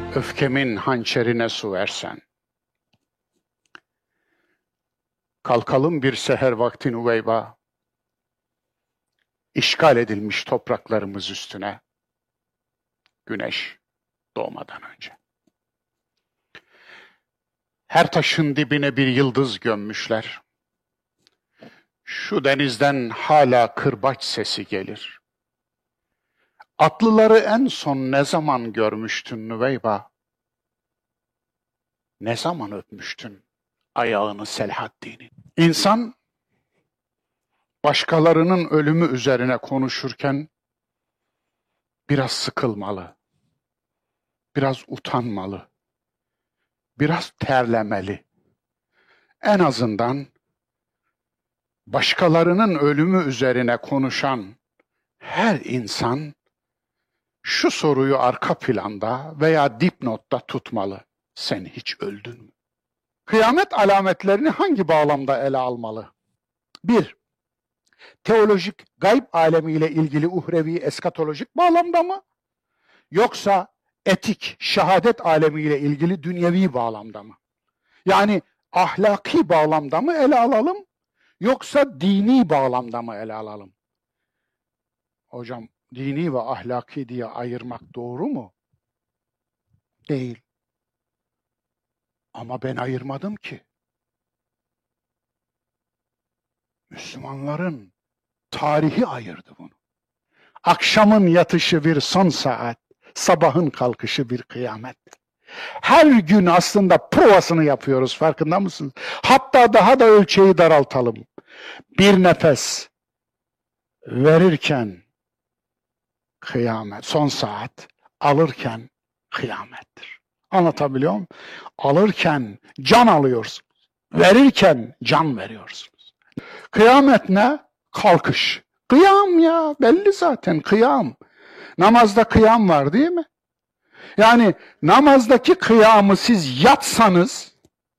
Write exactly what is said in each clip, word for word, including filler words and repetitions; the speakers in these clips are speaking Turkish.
öfkemin hançerine su versen. Kalkalım bir seher vakti Nüveyba, işgal edilmiş topraklarımız üstüne, güneş doğmadan önce. Her taşın dibine bir yıldız gömmüşler. Şu denizden hala kırbaç sesi gelir. Atlıları en son ne zaman görmüştün Nüveyba? Ne zaman öpmüştün ayağını Selahaddin'in? İnsan başkalarının ölümü üzerine konuşurken biraz sıkılmalı, biraz utanmalı, biraz terlemeli. En azından başkalarının ölümü üzerine konuşan her insan şu soruyu arka planda veya dipnotta tutmalı. Sen hiç öldün mü? Kıyamet alametlerini hangi bağlamda ele almalı? Bir, teolojik gayb alemiyle ilgili uhrevi eskatolojik bağlamda mı? Yoksa etik, şehadet alemiyle ilgili dünyevi bağlamda mı? Yani ahlaki bağlamda mı ele alalım? Yoksa dini bağlamda mı ele alalım? Hocam, dini ve ahlaki diye ayırmak doğru mu? Değil. Ama ben ayırmadım ki. Müslümanların tarihi ayırdı bunu. Akşamın yatışı bir son saat, sabahın kalkışı bir kıyamet. Her gün aslında provasını yapıyoruz, farkında mısınız? Hatta daha da ölçeği daraltalım. Bir nefes verirken kıyamet, son saat, alırken kıyamettir. Anlatabiliyor muyum? Alırken can alıyorsunuz, verirken can veriyorsunuz. Kıyamet ne? Kalkış. Kıyam ya, belli zaten kıyam. Namazda kıyam var değil mi? Yani namazdaki kıyamı siz yatsanız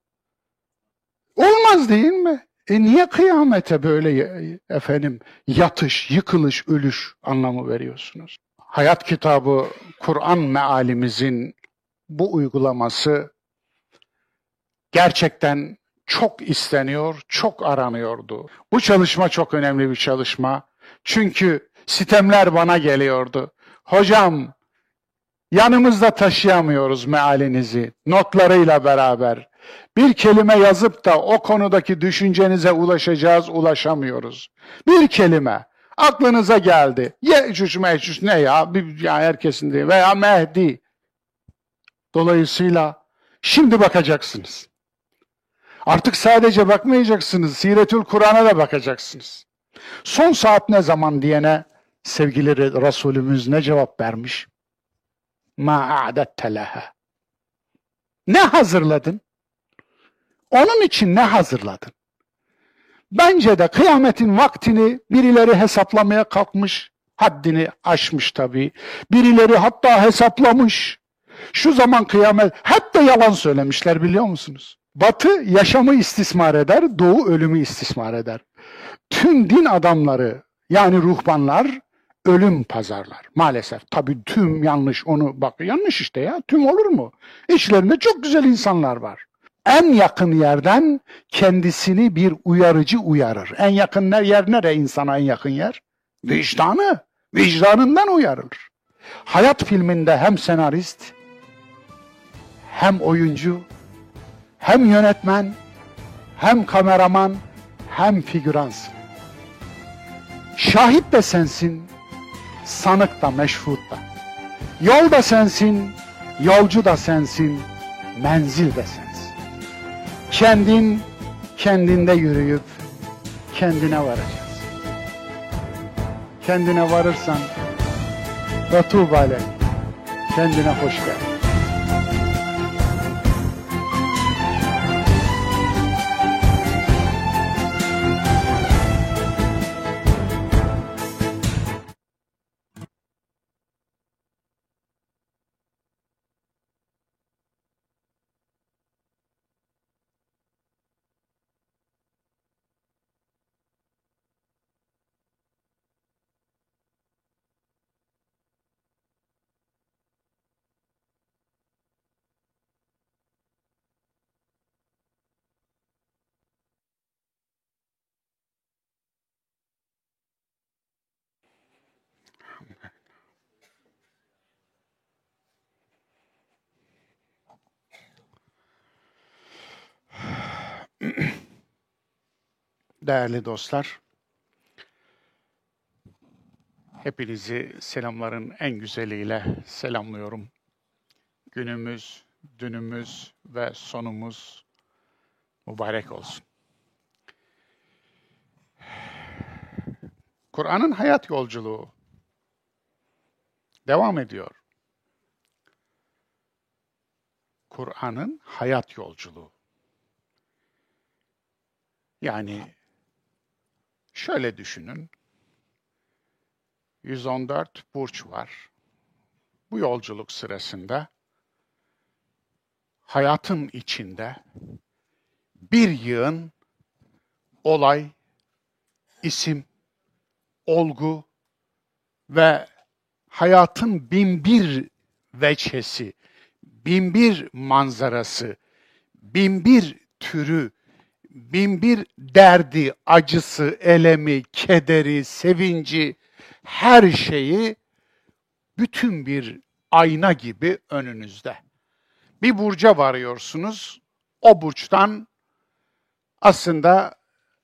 olmaz değil mi? E niye kıyamete böyle efendim yatış, yıkılış, ölüş anlamı veriyorsunuz? Hayat kitabı Kur'an mealimizin bu uygulaması gerçekten çok isteniyor, çok aranıyordu. Bu çalışma çok önemli bir çalışma. Çünkü sitemler bana geliyordu. Hocam, yanımızda taşıyamıyoruz mealinizi, notlarıyla beraber. Bir kelime yazıp da o konudaki düşüncenize ulaşacağız, ulaşamıyoruz. Bir kelime aklınıza geldi. Yecüc mecüc ne ya? ya herkesin değil. Veya Mehdi. Dolayısıyla şimdi bakacaksınız. Artık sadece bakmayacaksınız. Siretül Kur'an'a da bakacaksınız. Son saat ne zaman diyene sevgili Resulümüz ne cevap vermiş? Ma a'dette leha. Ne hazırladın? Onun için ne hazırladın? Bence de kıyametin vaktini birileri hesaplamaya kalkmış, haddini aşmış tabii. Birileri hatta hesaplamış. Şu zaman kıyamet, hep de yalan söylemişler biliyor musunuz? Batı yaşamı istismar eder, Doğu ölümü istismar eder. Tüm din adamları yani ruhbanlar ölüm pazarlar maalesef. Tabii tüm yanlış, onu bak yanlış işte ya, tüm olur mu? İçlerinde çok güzel insanlar var. En yakın yerden kendisini bir uyarıcı uyarır. En yakın yer nere insana en yakın yer? Vicdanı. Vicdanından uyarılır. Hayat filminde hem senarist, hem oyuncu, hem yönetmen, hem kameraman, hem figüransın. Şahit de sensin, sanık da meşhut da. Yol da sensin, yolcu da sensin, menzil de sensin. Kendin, kendinde yürüyüp kendine varacağız. Kendine varırsan ve tuğbale, kendine hoş geldin. Değerli dostlar, hepinizi selamların en güzeliyle selamlıyorum. Günümüz, dünümüz ve sonumuz mübarek olsun. Kur'an'ın hayat yolculuğu devam ediyor. Kur'an'ın hayat yolculuğu. Yani şöyle düşünün, yüz on dört burç var. Bu yolculuk sırasında hayatın içinde bir yığın olay, isim, olgu ve hayatın bin bir veçhesi, bin bir manzarası, bin bir türü, bin bir derdi, acısı, elemi, kederi, sevinci, her şeyi bütün bir ayna gibi önünüzde. Bir burca varıyorsunuz, o burçtan aslında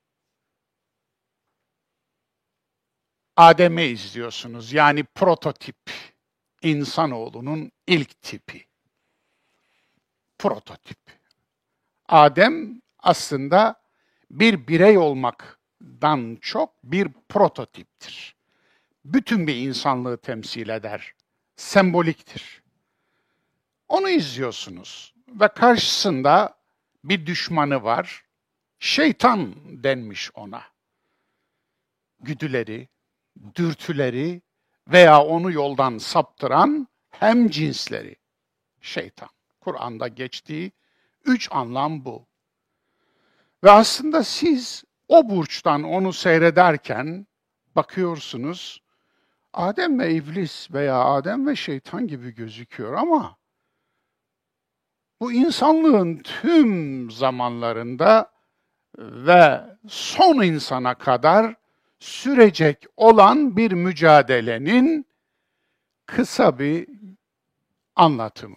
Adem'i izliyorsunuz. Yani prototip, insanoğlunun ilk tipi. Prototip. Adem aslında bir birey olmaktan çok bir prototiptir. Bütün bir insanlığı temsil eder. Semboliktir. Onu izliyorsunuz ve karşısında bir düşmanı var. Şeytan denmiş ona. Güdüleri, dürtüleri veya onu yoldan saptıran hem cinsleri. Şeytan. Kur'an'da geçtiği üç anlam bu. Ve aslında siz o burçtan onu seyrederken bakıyorsunuz, Adem ve iblis veya Adem ve şeytan gibi gözüküyor ama bu insanlığın tüm zamanlarında ve son insana kadar sürecek olan bir mücadelenin kısa bir anlatımı.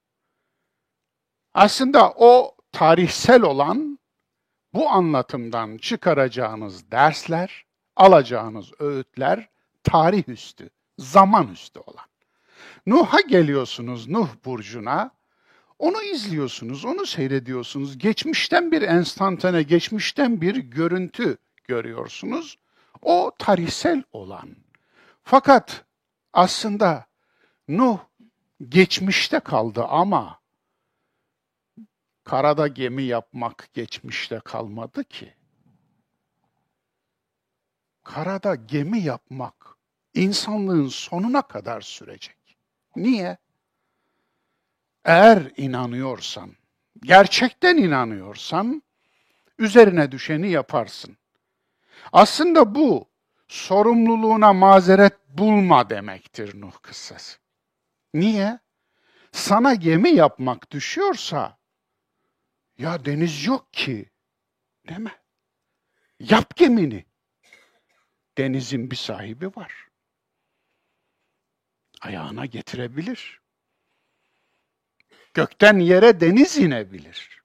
Aslında o tarihsel olan bu anlatımdan çıkaracağınız dersler, alacağınız öğütler tarih üstü, zaman üstü olan. Nuh'a geliyorsunuz, Nuh burcuna, onu izliyorsunuz, onu seyrediyorsunuz. Geçmişten bir enstantane, geçmişten bir görüntü görüyorsunuz. O tarihsel olan. Fakat aslında Nuh geçmişte kaldı ama karada gemi yapmak geçmişte kalmadı ki. Karada gemi yapmak insanlığın sonuna kadar sürecek. Niye? Eğer inanıyorsan, gerçekten inanıyorsan, üzerine düşeni yaparsın. Aslında bu, sorumluluğuna mazeret bulma demektir Nuh kıssası. Niye? Sana gemi yapmak düşüyorsa, ya deniz yok ki, değil mi? Yap gemini. Denizin bir sahibi var. Ayağına getirebilir. Gökten yere deniz inebilir.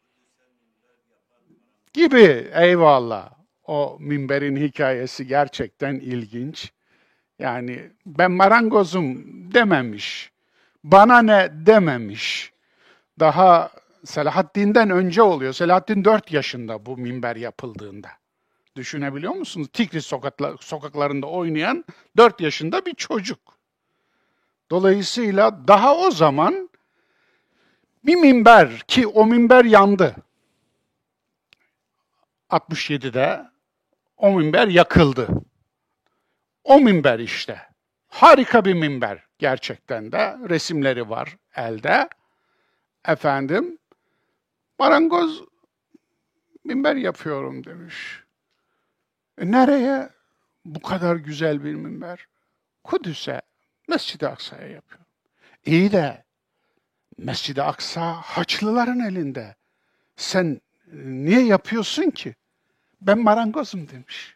Gibi, eyvallah. O minberin hikayesi gerçekten ilginç. Yani ben marangozum dememiş. Bana ne dememiş. Daha Selahaddin'den önce oluyor. Selahaddin dört yaşında bu minber yapıldığında. Düşünebiliyor musunuz? Tikrit sokaklarında oynayan dört yaşında bir çocuk. Dolayısıyla daha o zaman bir minber, ki o minber yandı. altmış yedide o minber yakıldı. O minber işte. Harika bir minber gerçekten de. Resimleri var elde. Efendim, marangoz minber yapıyorum demiş. E nereye? Bu kadar güzel bir minber. Kudüs'e, Mescid-i Aksa'ya yapıyorum. İyi de Mescid-i Aksa Haçlıların elinde. Sen niye yapıyorsun ki? Ben marangozum demiş.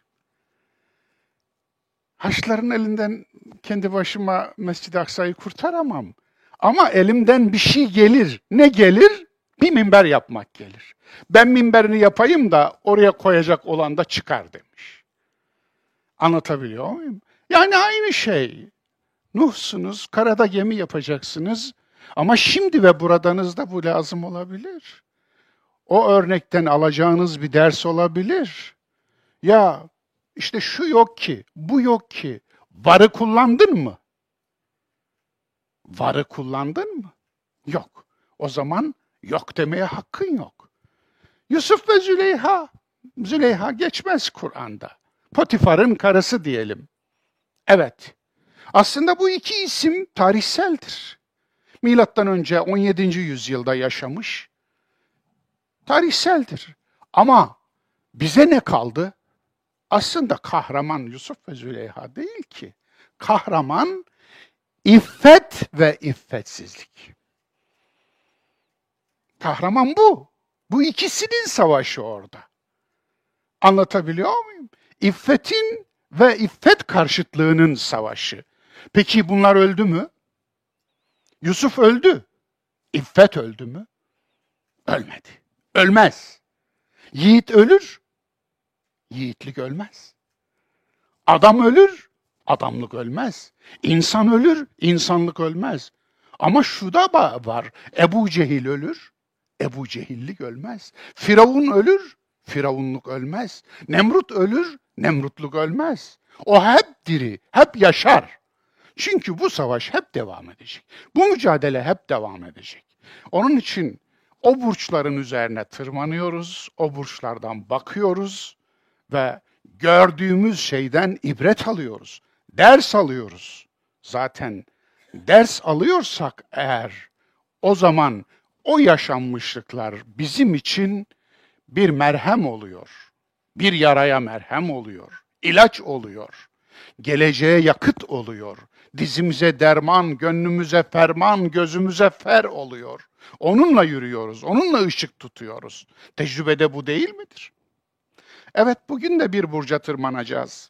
Haçlıların elinden kendi başıma Mescid-i Aksa'yı kurtaramam. Ama elimden bir şey gelir. Ne gelir? bir minber yapmak gelir. Ben minberini yapayım da oraya koyacak olan da çıkar demiş. Anlatabiliyor muyum? Yani aynı şey. Nuh'sunuz, karada gemi yapacaksınız ama şimdi ve buradanızda bu lazım olabilir. O örnekten alacağınız bir ders olabilir. Ya işte şu yok ki, bu yok ki. Varı kullandın mı? Varı kullandın mı? Yok. O zaman yok demeye hakkın yok. Yusuf ve Züleyha, Züleyha geçmez Kur'an'da. Potifar'ın karısı diyelim. Evet. Aslında bu iki isim tarihseldir. Milattan önce on yedinci yüzyılda yaşamış. Tarihseldir. Ama bize ne kaldı? Aslında kahraman Yusuf ve Züleyha değil ki. Kahraman iffet ve iffetsizlik. Kahraman bu. Bu ikisinin savaşı orada. Anlatabiliyor muyum? İffetin ve iffet karşıtlığının savaşı. Peki bunlar öldü mü? Yusuf öldü. İffet öldü mü? Ölmedi. Ölmez. Yiğit ölür. Yiğitlik ölmez. Adam ölür. Adamlık ölmez. İnsan ölür. İnsanlık ölmez. Ama şu da var. Ebu Cehil ölür. Ebu Cehillik ölmez. Firavun ölür. Firavunluk ölmez. Nemrut ölür. Nemrutluk ölmez. O hep diri. Hep yaşar. Çünkü bu savaş hep devam edecek. Bu mücadele hep devam edecek. Onun için o burçların üzerine tırmanıyoruz, o burçlardan bakıyoruz ve gördüğümüz şeyden ibret alıyoruz, ders alıyoruz. Zaten ders alıyorsak eğer, o zaman o yaşanmışlıklar bizim için bir merhem oluyor, bir yaraya merhem oluyor, ilaç oluyor, geleceğe yakıt oluyor. Dizimize derman, gönlümüze ferman, gözümüze fer oluyor. Onunla yürüyoruz, onunla ışık tutuyoruz. Tecrübede bu değil midir? Evet, bugün de bir burca tırmanacağız.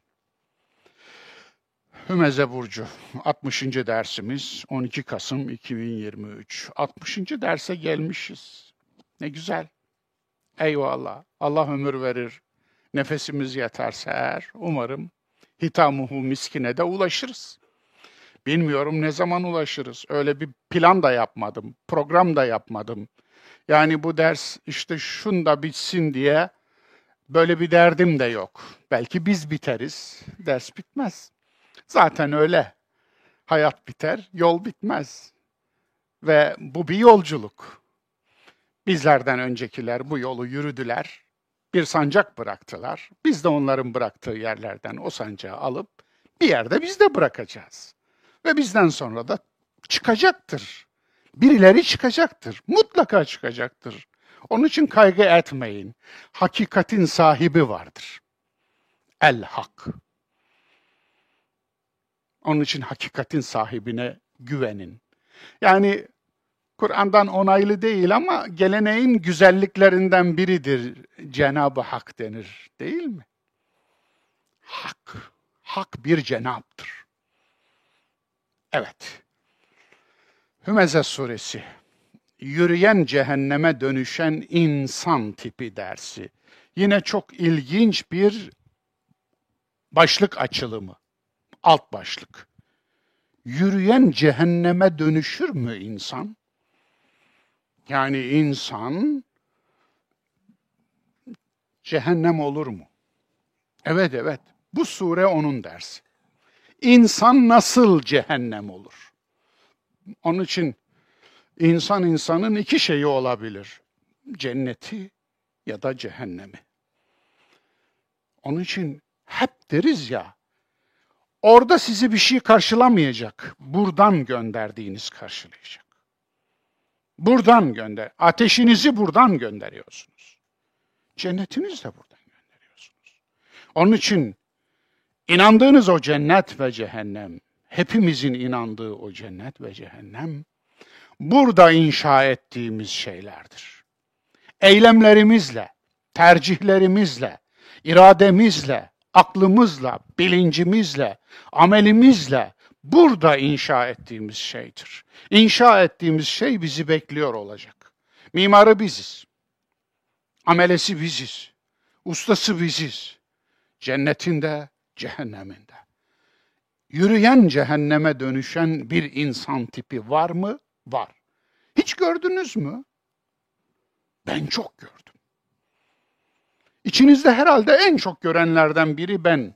Hümeze Burcu, altmışıncı dersimiz, on iki Kasım iki bin yirmi üç. altmışıncı derse gelmişiz. Ne güzel. Eyvallah. Allah ömür verir. Nefesimiz yeterse eğer, umarım hitamuhu miskine de ulaşırız. Bilmiyorum ne zaman ulaşırız. Öyle bir plan da yapmadım, program da yapmadım. Yani bu ders işte şunda bitsin diye böyle bir derdim de yok. Belki biz biteriz, ders bitmez. Zaten öyle. Hayat biter, yol bitmez. Ve bu bir yolculuk. Bizlerden öncekiler bu yolu yürüdüler. Bir sancak bıraktılar. Biz de onların bıraktığı yerlerden o sancağı alıp bir yerde biz de bırakacağız. Ve bizden sonra da çıkacaktır. Birileri çıkacaktır. Mutlaka çıkacaktır. Onun için kaygı etmeyin. Hakikatin sahibi vardır. El-Hak. Onun için hakikatin sahibine güvenin. Yani Kur'an'dan onaylı değil ama geleneğin güzelliklerinden biridir. Cenab-ı Hak denir, değil mi? Hak. Hak bir cenaptır. Evet. Hümeze suresi. Yürüyen cehenneme dönüşen insan tipi dersi. Yine çok ilginç bir başlık açılımı. Alt başlık. Yürüyen cehenneme dönüşür mü insan? Yani insan cehennem olur mu? Evet evet. Bu sure onun dersi. İnsan nasıl cehennem olur? Onun için insan insanın iki şeyi olabilir. Cenneti ya da cehennemi. Onun için hep deriz ya, orada sizi bir şey karşılamayacak. Buradan gönderdiğiniz karşılayacak. Buradan gönder. Ateşinizi buradan gönderiyorsunuz. Cennetinizi de buradan gönderiyorsunuz. Onun için inandığınız o cennet ve cehennem, hepimizin inandığı o cennet ve cehennem, burada inşa ettiğimiz şeylerdir. Eylemlerimizle, tercihlerimizle, irademizle, aklımızla, bilincimizle, amelimizle burada inşa ettiğimiz şeydir. İnşa ettiğimiz şey bizi bekliyor olacak. Mimarı biziz. Amelesi biziz. Ustası biziz. Cennetinde, cehenneminde. Yürüyen cehenneme dönüşen bir insan tipi var mı? Var. Hiç gördünüz mü? Ben çok gördüm. İçinizde herhalde en çok görenlerden biri ben.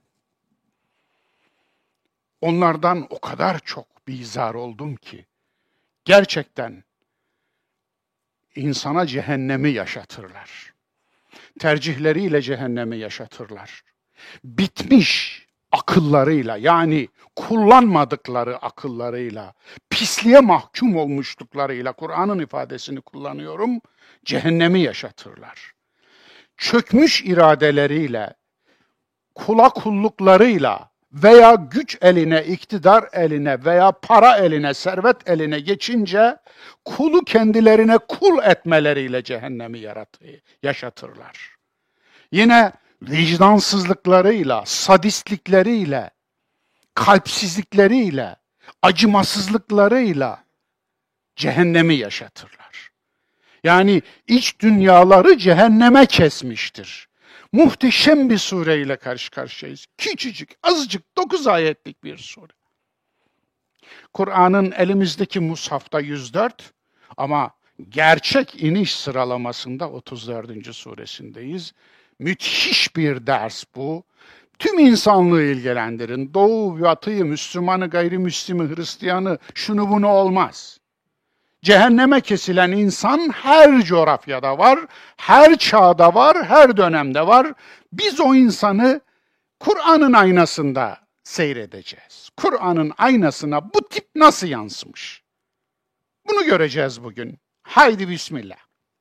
Onlardan o kadar çok bizar oldum ki, gerçekten insana cehennemi yaşatırlar. Tercihleriyle cehennemi yaşatırlar. Bitmiş akıllarıyla, yani kullanmadıkları akıllarıyla, pisliğe mahkum olmuşluklarıyla, Kur'an'ın ifadesini kullanıyorum, cehennemi yaşatırlar. Çökmüş iradeleriyle, kula kulluklarıyla veya güç eline, iktidar eline veya para eline, servet eline geçince kulu kendilerine kul etmeleriyle cehennemi yaratır, yaşatırlar. Yine vicdansızlıklarıyla, sadistlikleriyle, kalpsizlikleriyle, acımasızlıklarıyla cehennemi yaşatırlar. Yani iç dünyaları cehenneme kesmiştir. Muhteşem bir sureyle karşı karşıyayız. Küçücük, azıcık, dokuz ayetlik bir sure. Kur'an'ın elimizdeki mushafta yüz dört ama gerçek iniş sıralamasında otuz dördüncü suresindeyiz. Müthiş bir ders bu. Tüm insanlığı ilgilendirin. Doğu, Batı'yı, Müslümanı, gayrimüslimi, Hristiyanı, şunu bunu olmaz. Cehenneme kesilen insan her coğrafyada var, her çağda var, her dönemde var. Biz o insanı Kur'an'ın aynasında seyredeceğiz. Kur'an'ın aynasına bu tip nasıl yansımış? Bunu göreceğiz bugün. Haydi bismillah.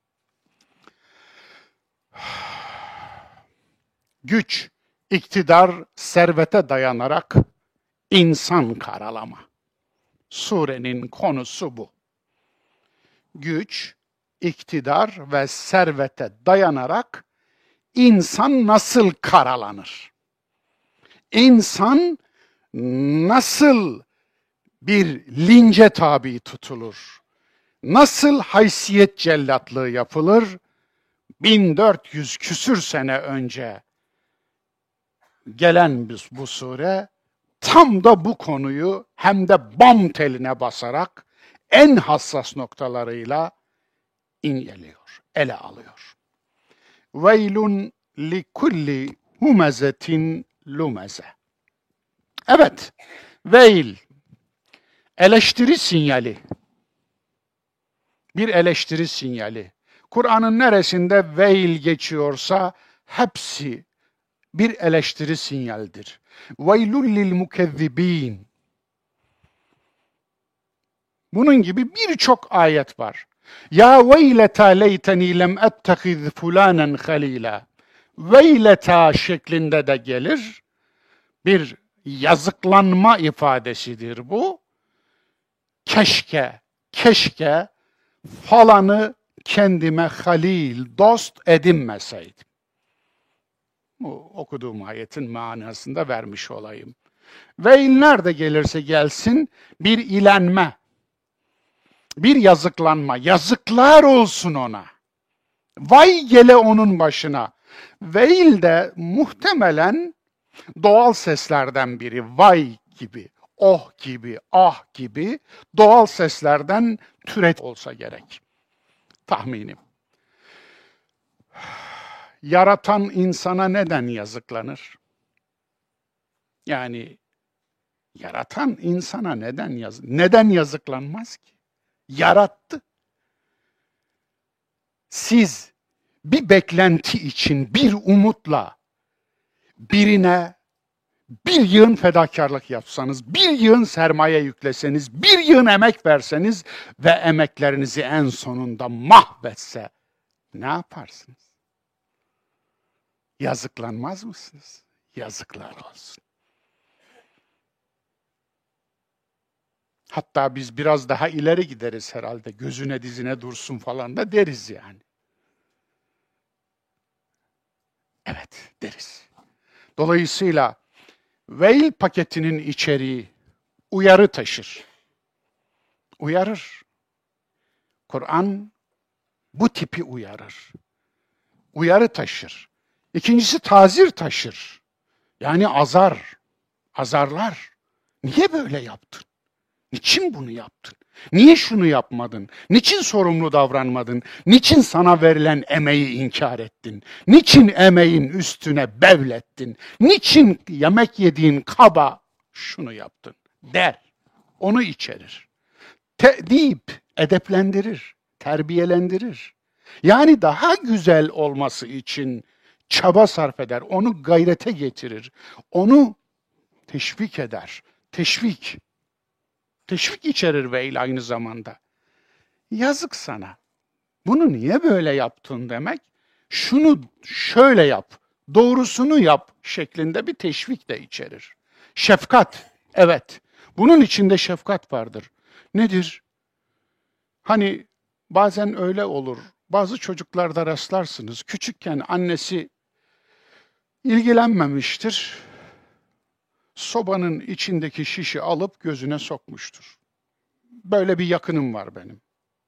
Güç, iktidar, servete dayanarak insan karalama. Surenin konusu bu. Güç, iktidar ve servete dayanarak insan nasıl karalanır? İnsan nasıl bir lince tabi tutulur? Nasıl haysiyet cellatlığı yapılır? bin dört yüz küsür sene önce gelen bu sure tam da bu konuyu hem de bam teline basarak en hassas noktalarıyla inceliyor, ele alıyor. Veylun li kulli humezetin lumeze. Evet, veil, eleştiri sinyali. Bir eleştiri sinyali. Kur'an'ın neresinde veil geçiyorsa hepsi bir eleştiri sinyaldir. Veylul lil mukezzibin. Bunun gibi birçok ayet var. Ya veyleta leyteni lem ettehiz fulanen halila. Veyleta şeklinde de gelir. Bir yazıklanma ifadesidir bu. Keşke, keşke falanı kendime halil, dost edinmeseydim. Bu okuduğum ayetin manasında vermiş olayım. Veil nerede gelirse gelsin bir ilenme, bir yazıklanma. Yazıklar olsun ona. Vay gele onun başına. Veil de muhtemelen doğal seslerden biri. Vay gibi, oh gibi, ah gibi doğal seslerden türet olsa gerek. Tahminim. Yaratan insana neden yazıklanır? Yani yaratan insana neden yaz neden yazıklanmaz ki? Yarattı. Siz bir beklenti için bir umutla birine bir yığın fedakarlık yapsanız, bir yığın sermaye yükleseniz, bir yığın emek verseniz ve emeklerinizi en sonunda mahvetse ne yaparsınız? Yazıklanmaz mısınız? Yazıklar olsun. Hatta biz biraz daha ileri gideriz herhalde. Gözüne dizine dursun falan da deriz yani. Evet deriz. Dolayısıyla veil paketinin içeriği uyarı taşır. Uyarır. Kur'an bu tipi uyarır. Uyarı taşır. İkincisi tazir taşır. Yani azar, azarlar. Niye böyle yaptın? Niçin bunu yaptın? Niye şunu yapmadın? Niçin sorumlu davranmadın? Niçin sana verilen emeği inkar ettin? Niçin emeğin üstüne bevlettin? Niçin yemek yediğin kaba şunu yaptın? Der. Onu içerir. Te'dip, edeplendirir, terbiyelendirir. Yani daha güzel olması için çaba sarf eder, onu gayrete getirir, onu teşvik eder. Teşvik. Teşvik içerir veil aynı zamanda. Yazık sana. Bunu niye böyle yaptın demek, şunu şöyle yap, doğrusunu yap şeklinde bir teşvik de içerir. Şefkat, evet. Bunun içinde şefkat vardır. Nedir? Hani bazen öyle olur. Bazı çocuklarda rastlarsınız. Küçükken annesi ilgilenmemiştir. Sobanın içindeki şişi alıp gözüne sokmuştur. Böyle bir yakınım var benim.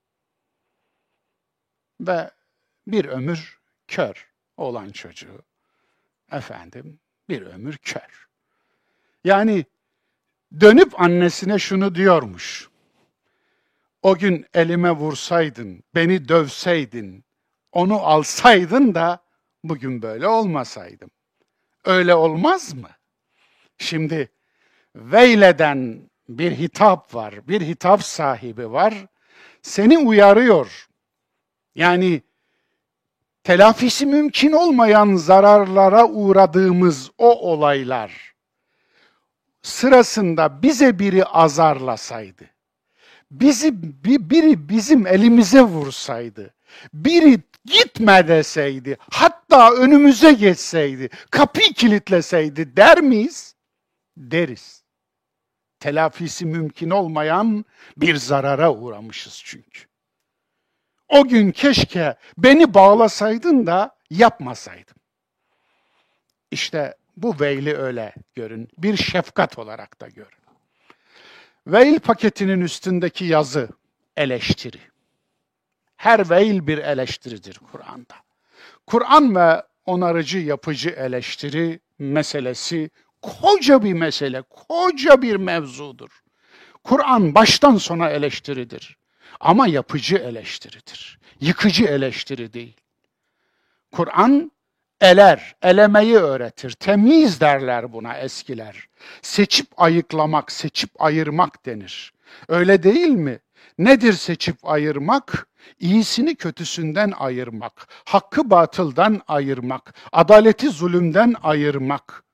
Ve bir ömür kör olan çocuğu. Efendim, bir ömür kör. Yani dönüp annesine şunu diyormuş. O gün elime vursaydın, beni dövseydin, onu alsaydın da bugün böyle olmasaydım. Öyle olmaz mı? Şimdi veyleden bir hitap var, bir hitap sahibi var. Seni uyarıyor. Yani telafisi mümkün olmayan zararlara uğradığımız o olaylar sırasında bize biri azarlasaydı, bizi biri bizim elimize vursaydı, biri gitme deseydi, hatta önümüze geçseydi, kapıyı kilitleseydi der miyiz? Deriz. Telafisi mümkün olmayan bir zarara uğramışız çünkü. O gün keşke beni bağlasaydın da yapmasaydım. İşte bu veyli öyle görün. Bir şefkat olarak da görün. Veil paketinin üstündeki yazı eleştiri. Her veil bir eleştiridir Kur'an'da. Kur'an ve onarıcı yapıcı eleştiri meselesi koca bir mesele, koca bir mevzudur. Kur'an baştan sona eleştiridir. Ama yapıcı eleştiridir. Yıkıcı eleştiri değil. Kur'an eler, elemeyi öğretir. Temiz derler buna eskiler. Seçip ayıklamak, seçip ayırmak denir. Öyle değil mi? Nedir seçip ayırmak? İyisini kötüsünden ayırmak, hakkı batıldan ayırmak, adaleti zulümden ayırmak,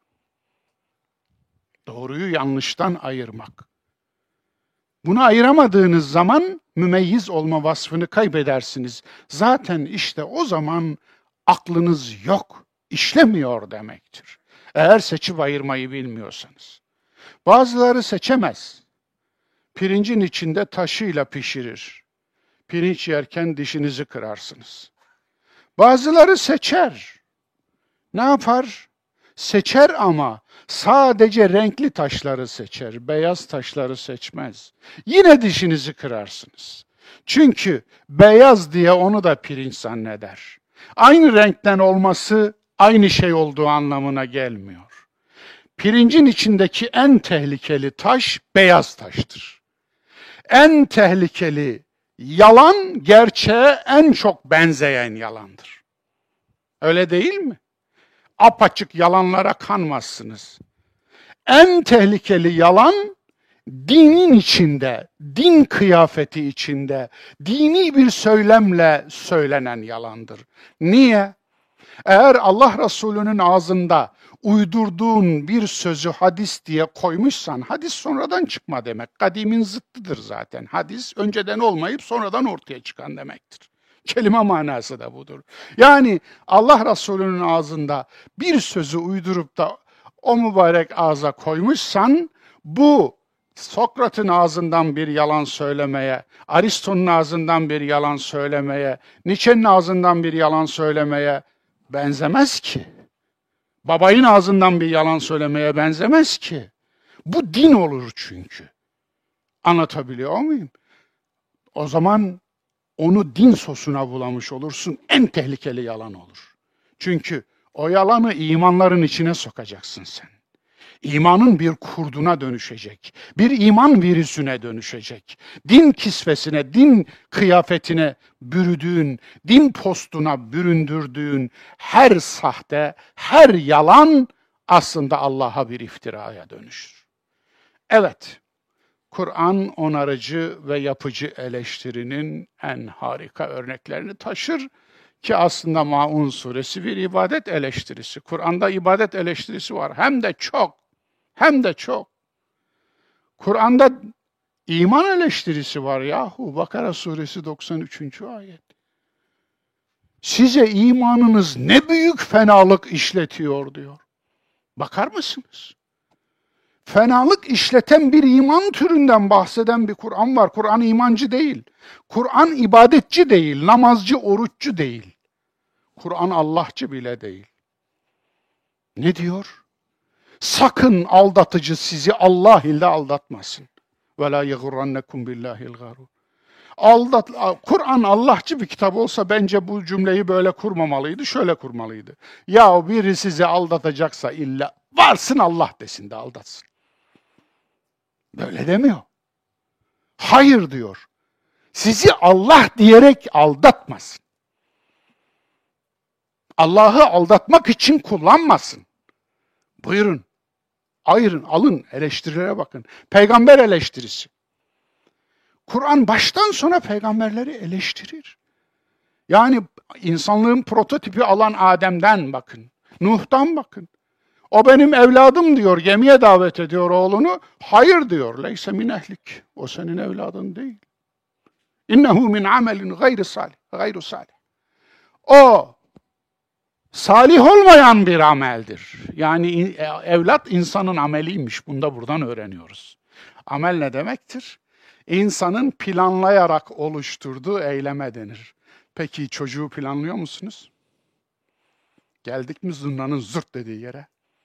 doğruyu yanlıştan ayırmak. Bunu ayıramadığınız zaman mümeyyiz olma vasfını kaybedersiniz. Zaten işte o zaman aklınız yok, işlemiyor demektir. Eğer seçip ayırmayı bilmiyorsanız. Bazıları seçemez. Pirincin içinde taşıyla pişirir. Pirinç yerken dişinizi kırarsınız. Bazıları seçer. Ne yapar? Seçer ama sadece renkli taşları seçer, beyaz taşları seçmez. Yine dişinizi kırarsınız. Çünkü beyaz diye onu da pirinç zanneder. Aynı renkten olması aynı şey olduğu anlamına gelmiyor. Pirincin içindeki en tehlikeli taş beyaz taştır. En tehlikeli yalan gerçeğe en çok benzeyen yalandır. Öyle değil mi? Apaçık yalanlara kanmazsınız. En tehlikeli yalan dinin içinde, din kıyafeti içinde, dini bir söylemle söylenen yalandır. Niye? Eğer Allah Resulü'nün ağzında uydurduğun bir sözü hadis diye koymuşsan, hadis sonradan çıkma demek. Kadimin zıttıdır zaten. Hadis önceden olmayıp sonradan ortaya çıkan demektir. Kelime manası da budur. Yani Allah Resulü'nün ağzında bir sözü uydurup da o mübarek ağza koymuşsan, bu Sokrat'ın ağzından bir yalan söylemeye, Aristo'nun ağzından bir yalan söylemeye, Nietzsche'nin ağzından bir yalan söylemeye benzemez ki. Babayın ağzından bir yalan söylemeye benzemez ki. Bu din olur çünkü. Anlatabiliyor muyum? O zaman onu din sosuna bulamış olursun. En tehlikeli yalan olur. Çünkü o yalanı imanların içine sokacaksın sen. İmanın bir kurduna dönüşecek. Bir iman virüsüne dönüşecek. Din kisvesine, din kıyafetine bürüdüğün, din postuna büründürdüğün her sahte, her yalan aslında Allah'a bir iftiraya dönüşür. Evet, Kur'an onarıcı ve yapıcı eleştirinin en harika örneklerini taşır ki aslında Maun suresi bir ibadet eleştirisi. Kur'an'da ibadet eleştirisi var. Hem de çok, hem de çok. Kur'an'da iman eleştirisi var yahu. Bakara suresi doksan üçüncü ayet. Size imanınız ne büyük fenalık işletiyor diyor. Bakar mısınız? Fenalık işleten bir iman türünden bahseden bir Kur'an var. Kur'an imancı değil. Kur'an ibadetçi değil, namazcı, oruççu değil. Kur'an Allahçı bile değil. Ne diyor? Sakın aldatıcı sizi Allah ile aldatmasın. وَلَا يَغُرَّنَّكُمْ بِاللّٰهِ الْغَارُورِ. Aldat, Kur'an Allahçı bir kitap olsa bence bu cümleyi böyle kurmamalıydı, şöyle kurmalıydı. Ya biri sizi aldatacaksa illa varsın Allah desin de aldatsın. Böyle demiyor. Hayır diyor. Sizi Allah diyerek aldatmasın. Allah'ı aldatmak için kullanmasın. Buyurun. Ayırın, alın, eleştirilere bakın. Peygamber eleştirisi. Kur'an baştan sona peygamberleri eleştirir. Yani insanlığın prototipi alan Adem'den bakın. Nuh'tan bakın. O benim evladım diyor, gemiye davet ediyor oğlunu. Hayır diyor, leyse min ehlik. O senin evladın değil. İnnehu min amelin gayri salih, gayru salih. O salih olmayan bir ameldir. Yani evlat insanın ameliymiş. Bunu da buradan öğreniyoruz. Amel ne demektir? İnsanın planlayarak oluşturduğu eyleme denir. Peki çocuğu planlıyor musunuz? Geldik mi zurnanın zırt dediği yere?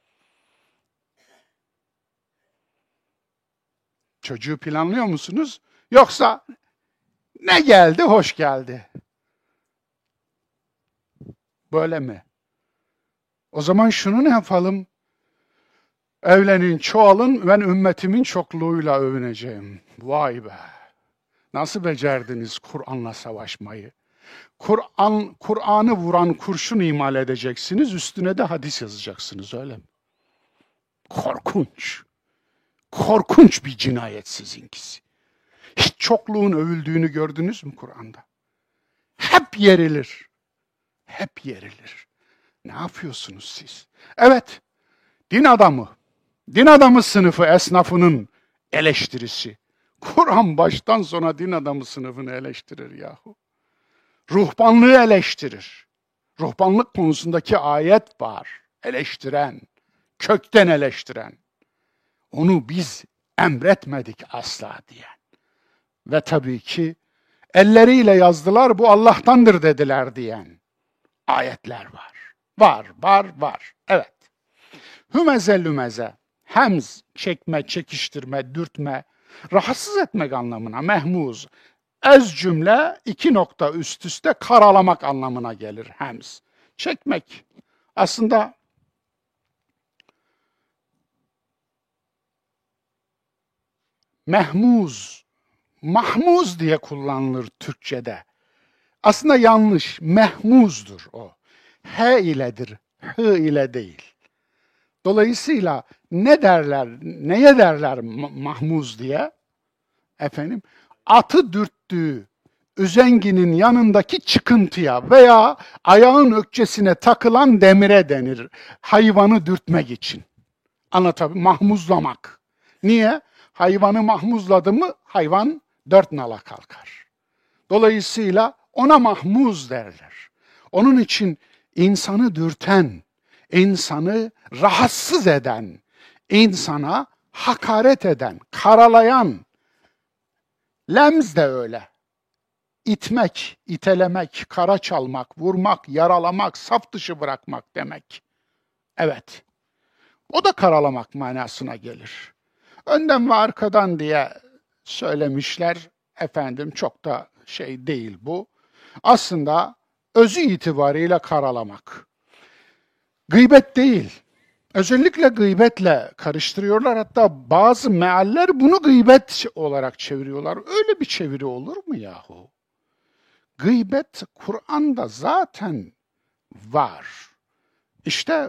Çocuğu planlıyor musunuz? Yoksa ne geldi, hoş geldi. Böyle mi? O zaman şunu ne yapalım? Evlenin, çoğalın, ben ümmetimin çokluğuyla övüneceğim. Vay be! Nasıl becerdiniz Kur'an'la savaşmayı? Kur'an, Kur'an'ı vuran kurşun imal edeceksiniz, üstüne de hadis yazacaksınız, öyle mi? Korkunç! Korkunç bir cinayet sizinkisi. Hiç çokluğun övüldüğünü gördünüz mü Kur'an'da? Hep yerilir. Hep yerilir. Ne yapıyorsunuz siz? Evet, din adamı, din adamı sınıfı esnafının eleştirisi. Kur'an baştan sona din adamı sınıfını eleştirir yahu. Ruhbanlığı eleştirir. Ruhbanlık konusundaki ayet var. Eleştiren, kökten eleştiren. Onu biz emretmedik asla diyen. Ve tabii ki elleriyle yazdılar, bu Allah'tandır dediler diyen ayetler var. Var, var, var. Evet. Hümeze lümeze, hemz, çekme, çekiştirme, dürtme, rahatsız etmek anlamına, mehmuz. Ez cümle iki nokta üst üste karalamak anlamına gelir hemz. Çekmek. Aslında mehmuz, mahmuz diye kullanılır Türkçe'de. Aslında yanlış, mehmuzdur o. H iledir, H ile değil. Dolayısıyla ne derler, neye derler mahmuz diye? Efendim, atı dürttüğü üzenginin yanındaki çıkıntıya veya ayağın ökçesine takılan demire denir. Hayvanı dürtmek için. Anlatabiliyor muyum? Mahmuzlamak. Niye? Hayvanı mahmuzladı mı hayvan dört nala kalkar. Dolayısıyla ona mahmuz derler. Onun için insanı dürten, insanı rahatsız eden, insana hakaret eden, karalayan, lemz de öyle. İtmek, itelemek, kara çalmak, vurmak, yaralamak, saf dışı bırakmak demek. Evet, o da karalamak manasına gelir. Önden ve arkadan diye söylemişler, efendim çok da şey değil bu. Aslında özü itibariyle karalamak. Gıybet değil. Özellikle gıybetle karıştırıyorlar. Hatta bazı mealler bunu gıybet olarak çeviriyorlar. Öyle bir çeviri olur mu yahu? Gıybet Kur'an'da zaten var. İşte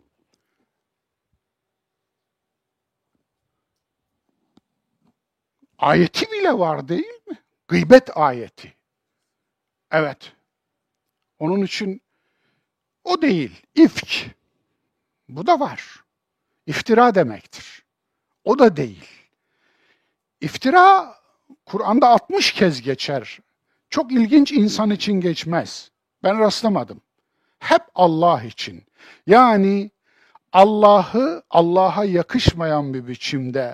ayeti bile var değil mi? Gıybet ayeti. Evet. Onun için o değil. İfk. Bu da var. İftira demektir. O da değil. İftira Kur'an'da altmış kez geçer. Çok ilginç, insan için geçmez. Ben rastlamadım. Hep Allah için. Yani Allah'ı Allah'a yakışmayan bir biçimde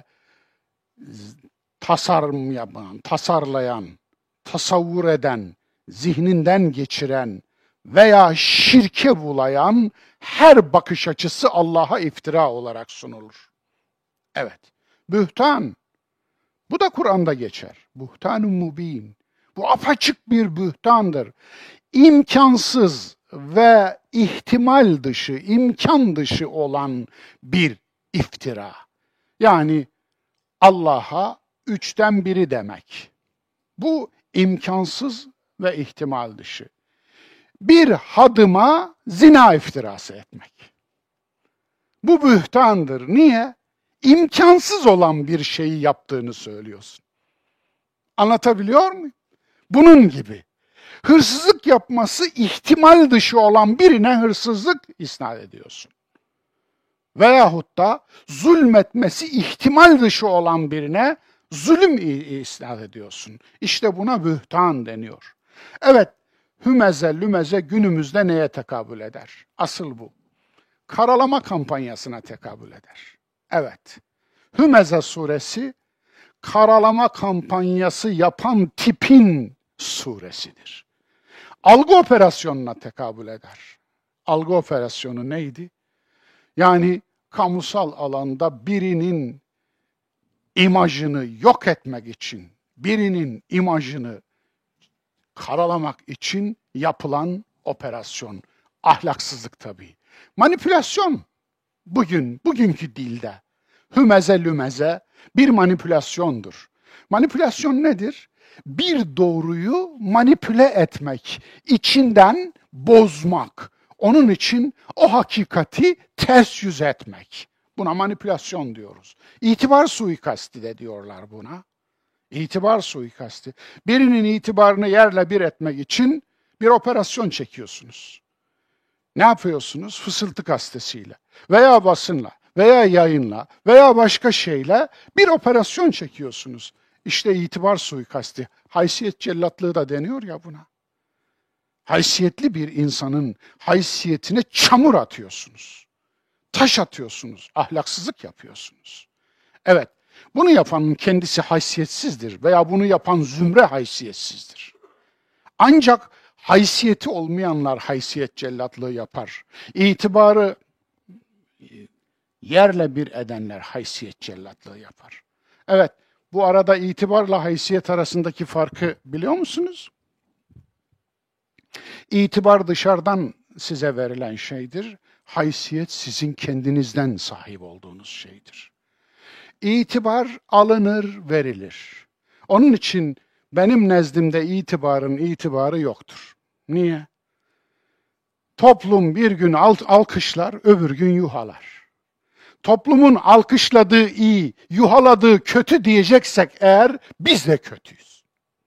tasarım yapan, tasarlayan, tasavvur eden, zihninden geçiren veya şirke bulayan her bakış açısı Allah'a iftira olarak sunulur. Evet, bühtan. Bu da Kur'an'da geçer. Buhtan-ı mubin. Bu apaçık bir bühtandır. İmkansız ve ihtimal dışı, imkan dışı olan bir iftira. Yani Allah'a üçten biri demek. Bu imkansız ve ihtimal dışı. Bir hadıma zina iftirası etmek. Bu bühtandır. Niye? İmkansız olan bir şeyi yaptığını söylüyorsun. Anlatabiliyor muyum? Bunun gibi. Hırsızlık yapması ihtimal dışı olan birine hırsızlık isnat ediyorsun. Veyahut da zulmetmesi ihtimal dışı olan birine zulüm isnat ediyorsun. İşte buna bühtan deniyor. Evet, hümeze lümeze günümüzde neye tekabül eder? Asıl bu. Karalama kampanyasına tekabül eder. Evet, Hümeze suresi karalama kampanyası yapan tipin suresidir. Algı operasyonuna tekabül eder. Algı operasyonu neydi? Yani kamusal alanda birinin imajını yok etmek için, birinin imajını karalamak için yapılan operasyon. Ahlaksızlık tabii. Manipülasyon. Bugün, bugünkü dilde hümeze lümeze bir manipülasyondur. Manipülasyon nedir? Bir doğruyu manipüle etmek, içinden bozmak. Onun için o hakikati ters yüz etmek. Buna manipülasyon diyoruz. İtibar suikasti de diyorlar buna. İtibar suikasti. Birinin itibarını yerle bir etmek için bir operasyon çekiyorsunuz. Ne yapıyorsunuz? Fısıltı gazetesiyle veya basınla veya yayınla veya başka şeyle bir operasyon çekiyorsunuz. İşte itibar suikasti. Haysiyet cellatlığı da deniyor ya buna. Haysiyetli bir insanın haysiyetine çamur atıyorsunuz. Taş atıyorsunuz. Ahlaksızlık yapıyorsunuz. Evet, bunu yapanın kendisi haysiyetsizdir veya bunu yapan zümre haysiyetsizdir. Ancak haysiyeti olmayanlar haysiyet cellatlığı yapar. İtibarı yerle bir edenler haysiyet cellatlığı yapar. Evet, bu arada itibarla haysiyet arasındaki farkı biliyor musunuz? İtibar dışarıdan size verilen şeydir. Haysiyet sizin kendinizden sahip olduğunuz şeydir. İtibar alınır, verilir. Onun için benim nezdimde itibarın itibarı yoktur. Niye? Toplum bir gün alkışlar, öbür gün yuhalar. Toplumun alkışladığı iyi, yuhaladığı kötü diyeceksek eğer biz de kötüyüz.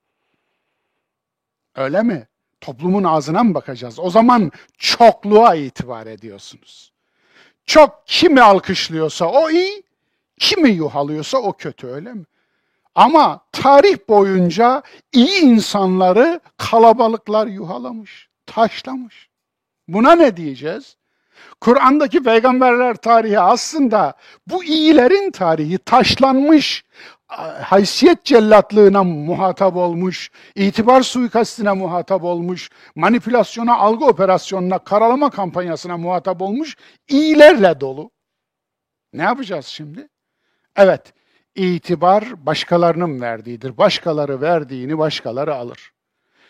Öyle mi? Toplumun ağzına mı bakacağız? O zaman çokluğa itibar ediyorsunuz. Çok kimi alkışlıyorsa o iyi, kimi yuhalıyorsa o kötü, öyle mi? Ama tarih boyunca iyi insanları kalabalıklar yuhalamış, taşlamış. Buna ne diyeceğiz? Kur'an'daki peygamberler tarihi aslında bu iyilerin tarihi, taşlanmış, haysiyet cellatlığına muhatap olmuş, itibar suikastine muhatap olmuş, manipülasyona, algı operasyonuna, karalama kampanyasına muhatap olmuş iyilerle dolu. Ne yapacağız şimdi? Evet, itibar başkalarının verdiğidir. Başkaları verdiğini başkaları alır.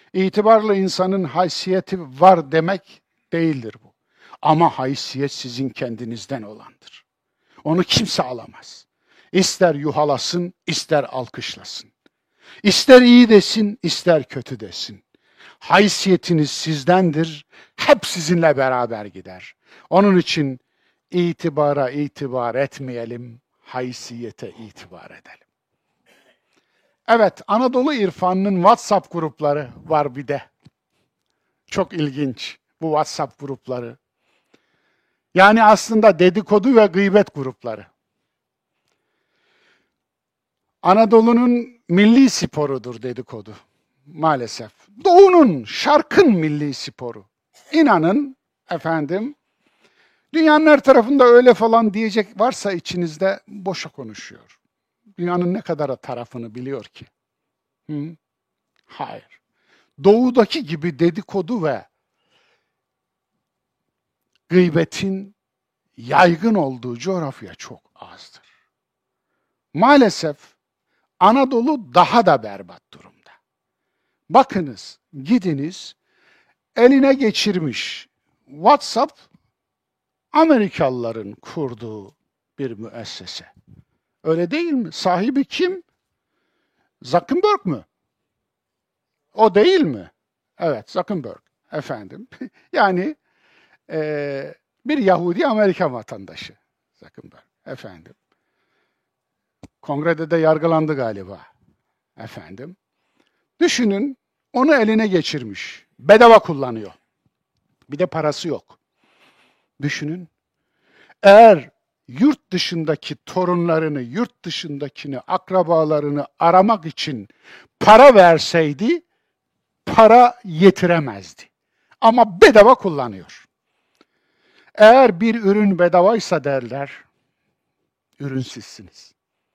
İtibarlı insanın haysiyeti var demek değildir bu. Ama haysiyet sizin kendinizden olandır. Onu kimse alamaz. İster yuhalasın, ister alkışlasın. İster iyi desin, ister kötü desin. Haysiyetiniz sizdendir, hep sizinle beraber gider. Onun için itibara itibar etmeyelim, haysiyete itibar edelim. Evet, Anadolu İrfanı'nın WhatsApp grupları var bir de. Çok ilginç bu WhatsApp grupları. Yani aslında dedikodu ve gıybet grupları. Anadolu'nun milli sporudur dedikodu. Maalesef. Doğu'nun, Şark'ın milli sporu. İnanın efendim, dünyanın her tarafında öyle falan diyecek varsa içinizde boşa konuşuyor. Dünyanın ne kadar tarafını biliyor ki? Hı? Hayır. Doğudaki gibi dedikodu ve gıybetin yaygın olduğu coğrafya çok azdır. Maalesef Anadolu daha da berbat durumda. Bakınız, gidiniz, eline geçirmiş WhatsApp, Amerikalıların kurduğu bir müessese. Öyle değil mi? Sahibi kim? Zuckerberg mü? O değil mi? Evet, Zuckerberg efendim. Yani e, bir Yahudi Amerikan vatandaşı Zuckerberg efendim. Kongrede de yargılandı galiba efendim. Düşünün, onu eline geçirmiş. Bedava kullanıyor. Bir de parası yok. Düşünün. Eğer yurt dışındaki torunlarını, yurt dışındakini, akrabalarını aramak için para verseydi, para yetiremezdi. Ama bedava kullanıyor. Eğer bir ürün bedavaysa derler, ürün sizsiniz.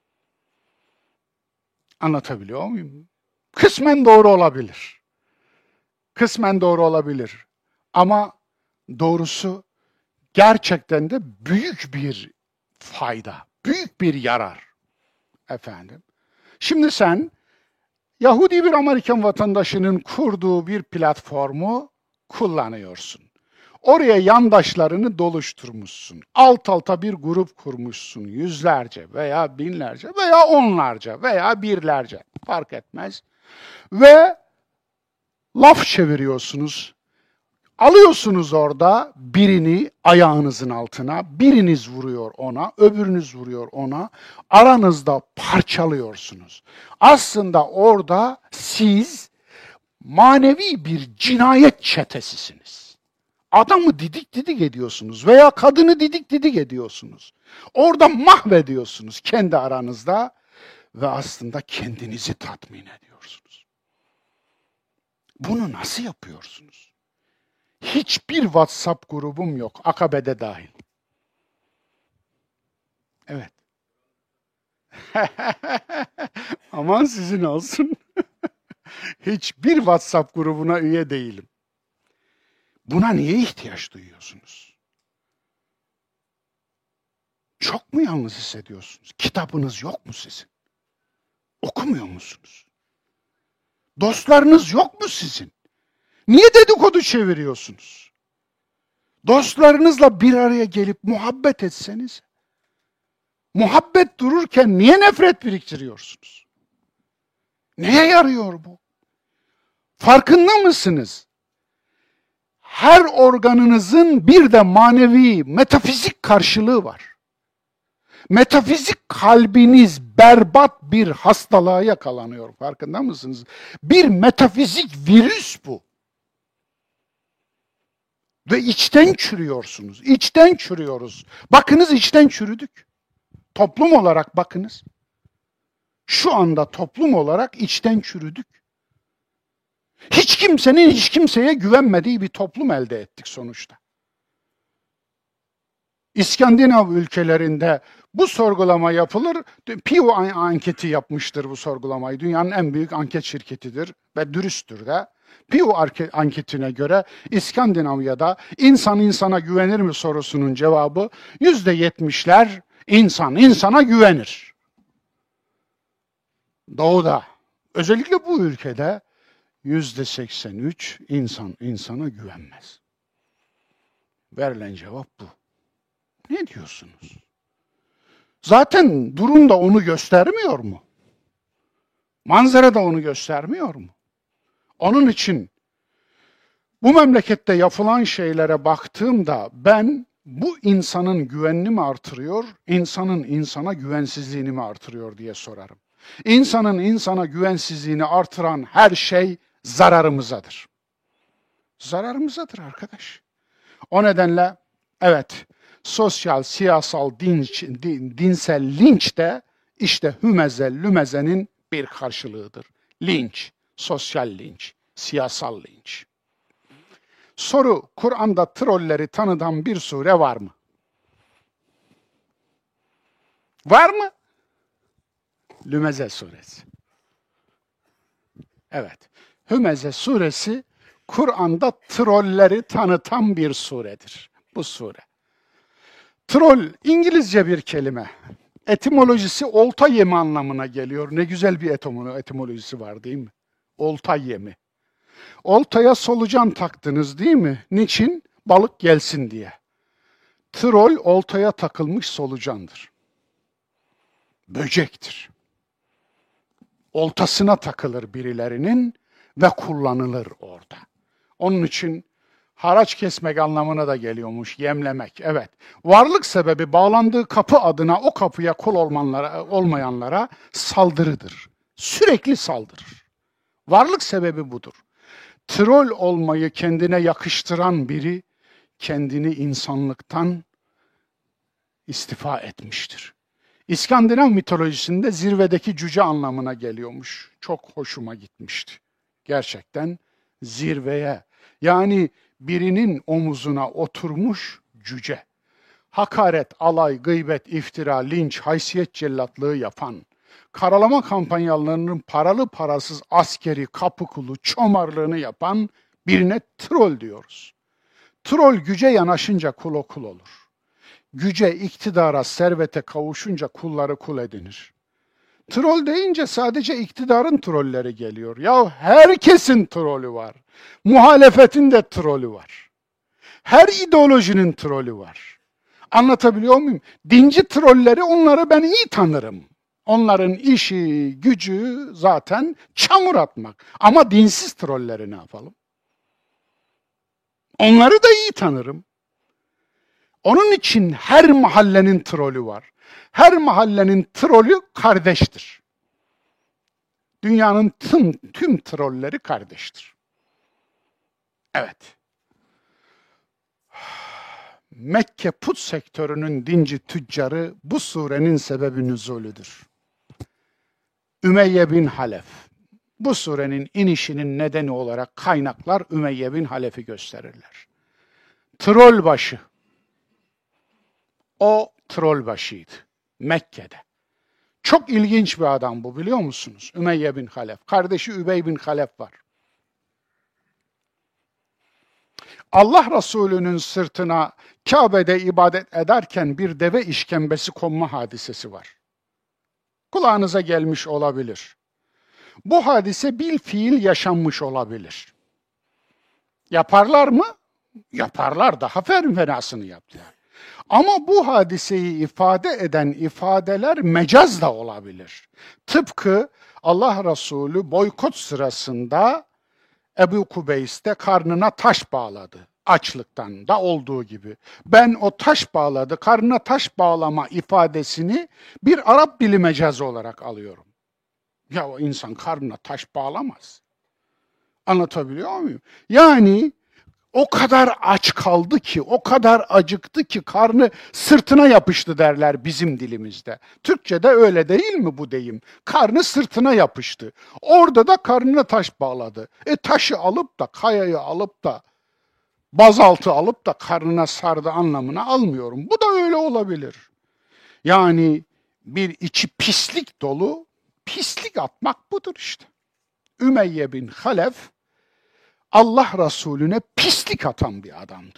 Anlatabiliyor muyum? Kısmen doğru olabilir. Kısmen doğru olabilir. Ama doğrusu gerçekten de büyük bir fayda, büyük bir yarar. Efendim. Şimdi sen Yahudi bir Amerikan vatandaşının kurduğu bir platformu kullanıyorsun. Oraya yandaşlarını doluşturmuşsun. Alt alta bir grup kurmuşsun. Yüzlerce veya binlerce veya onlarca veya birlerce fark etmez. Ve laf çeviriyorsunuz. Alıyorsunuz orada birini ayağınızın altına, biriniz vuruyor ona, öbürünüz vuruyor ona, aranızda parçalıyorsunuz. Aslında orada siz manevi bir cinayet çetesisiniz. Adamı didik didik ediyorsunuz veya kadını didik didik ediyorsunuz. Orada mahvediyorsunuz kendi aranızda ve aslında kendinizi tatmin ediyorsunuz. Bunu nasıl yapıyorsunuz? Hiçbir WhatsApp grubum yok, Akabe'de dahil. Evet. Aman sizin olsun. Hiçbir WhatsApp grubuna üye değilim. Buna niye ihtiyaç duyuyorsunuz? Çok mu yalnız hissediyorsunuz? Kitabınız yok mu sizin? Okumuyor musunuz? Dostlarınız yok mu sizin? Niye dedikodu çeviriyorsunuz? Dostlarınızla bir araya gelip muhabbet etseniz, muhabbet dururken niye nefret biriktiriyorsunuz? Neye yarıyor bu? Farkında mısınız? Her organınızın bir de manevi, metafizik karşılığı var. Metafizik kalbiniz berbat bir hastalığa yakalanıyor. Farkında mısınız? Bir metafizik virüs bu. Ve içten çürüyorsunuz. İçten çürüyoruz. Bakınız içten çürüdük. Toplum olarak bakınız. Şu anda toplum olarak içten çürüdük. Hiç kimsenin hiç kimseye güvenmediği bir toplum elde ettik sonuçta. İskandinav ülkelerinde bu sorgulama yapılır. Pew anketi yapmıştır bu sorgulamayı. Dünyanın en büyük anket şirketidir ve dürüsttür de. Pew anketine göre İskandinavya'da insan insana güvenir mi sorusunun cevabı yüzde yetmişler insan insana güvenir. Doğuda, özellikle bu ülkede Yüzde seksen üç insan insana güvenmez. Verilen cevap bu. Ne diyorsunuz? Zaten durum da onu göstermiyor mu? Manzara da onu göstermiyor mu? Onun için bu memlekette yapılan şeylere baktığımda ben bu insanın güvenini mi artırıyor, insanın insana güvensizliğini mi artırıyor diye sorarım. İnsanın insana güvensizliğini artıran her şey zararımızadır. Zararımızadır arkadaş. O nedenle evet, sosyal, siyasal, dinç, din, dinsel linç de işte hümeze, lümezenin bir karşılığıdır. Linç, sosyal linç, siyasal linç. Soru, Kur'an'da trolleri tanıtan bir sure var mı? Var mı? Lümeze suresi. Evet, Hümeze suresi Kur'an'da trolleri tanıtan bir suredir. Bu sure. Troll, İngilizce bir kelime. Etimolojisi olta yemi anlamına geliyor. Ne güzel bir etimolojisi var değil mi? Olta yemi. Oltaya solucan taktınız değil mi? Niçin? Balık gelsin diye. Troll oltaya takılmış solucandır. Böcektir. Oltasına takılır birilerinin ve kullanılır orada. Onun için haraç kesmek anlamına da geliyormuş, yemlemek. Evet, varlık sebebi bağlandığı kapı adına o kapıya kul olmanlara, olmayanlara saldırıdır. Sürekli saldırır. Varlık sebebi budur. Troll olmayı kendine yakıştıran biri, kendini insanlıktan istifa etmiştir. İskandinav mitolojisinde zirvedeki cüce anlamına geliyormuş. Çok hoşuma gitmişti. Gerçekten zirveye, yani birinin omuzuna oturmuş cüce. Hakaret, alay, gıybet, iftira, linç, haysiyet cellatlığı yapan, karalama kampanyalarının paralı parasız askeri, kapı kulu, çomarlığını yapan birine troll diyoruz. Troll güce yanaşınca kul o kul olur. Güce, iktidara, servete kavuşunca kulları kul edinir. Troll deyince sadece iktidarın trolleri geliyor. Ya herkesin trolü var. Muhalefetin de trolü var. Her ideolojinin trolü var. Anlatabiliyor muyum? Dinci trolleri, onları ben iyi tanırım. Onların işi, gücü zaten çamur atmak. Ama dinsiz trolleri ne yapalım? Onları da iyi tanırım. Onun için her mahallenin trolü var. Her mahallenin trolü kardeştir. Dünyanın tüm, tüm trolleri kardeştir. Evet. Mekke put sektörünün dinci tüccarı bu surenin sebebi nüzulüdür. Ümeyye bin Halef. Bu surenin inişinin nedeni olarak kaynaklar Ümeyye bin Halef'i gösterirler. Troll başı. O troll başıydı Mekke'de. Çok ilginç bir adam bu, biliyor musunuz? Ümeyye bin Halef. Kardeşi Übey bin Halef var. Allah Resulü'nün sırtına Kabe'de ibadet ederken bir deve işkembesi konma hadisesi var. Kulağınıza gelmiş olabilir. Bu hadise bil fiil yaşanmış olabilir. Yaparlar mı? Yaparlar. Daha fenasını yaptılar. Ama bu hadiseyi ifade eden ifadeler mecaz da olabilir. Tıpkı Allah Resulü boykot sırasında Ebu Kubeys'te karnına taş bağladı. Açlıktan da olduğu gibi. Ben o taş bağladı, karnına taş bağlama ifadesini bir Arap dili mecazı olarak alıyorum. Ya o insan karnına taş bağlamaz. Anlatabiliyor muyum? Yani o kadar aç kaldı ki, o kadar acıktı ki karnı sırtına yapıştı derler bizim dilimizde. Türkçe'de öyle değil mi bu deyim? Karnı sırtına yapıştı. Orada da karnına taş bağladı. E taşı alıp da, kayayı alıp da, bazaltı alıp da karnına sardı anlamına almıyorum. Bu da öyle olabilir. Yani bir içi pislik dolu, pislik atmak budur işte. Ümeyye bin Halef, Allah Resulüne pislik atan bir adamdı.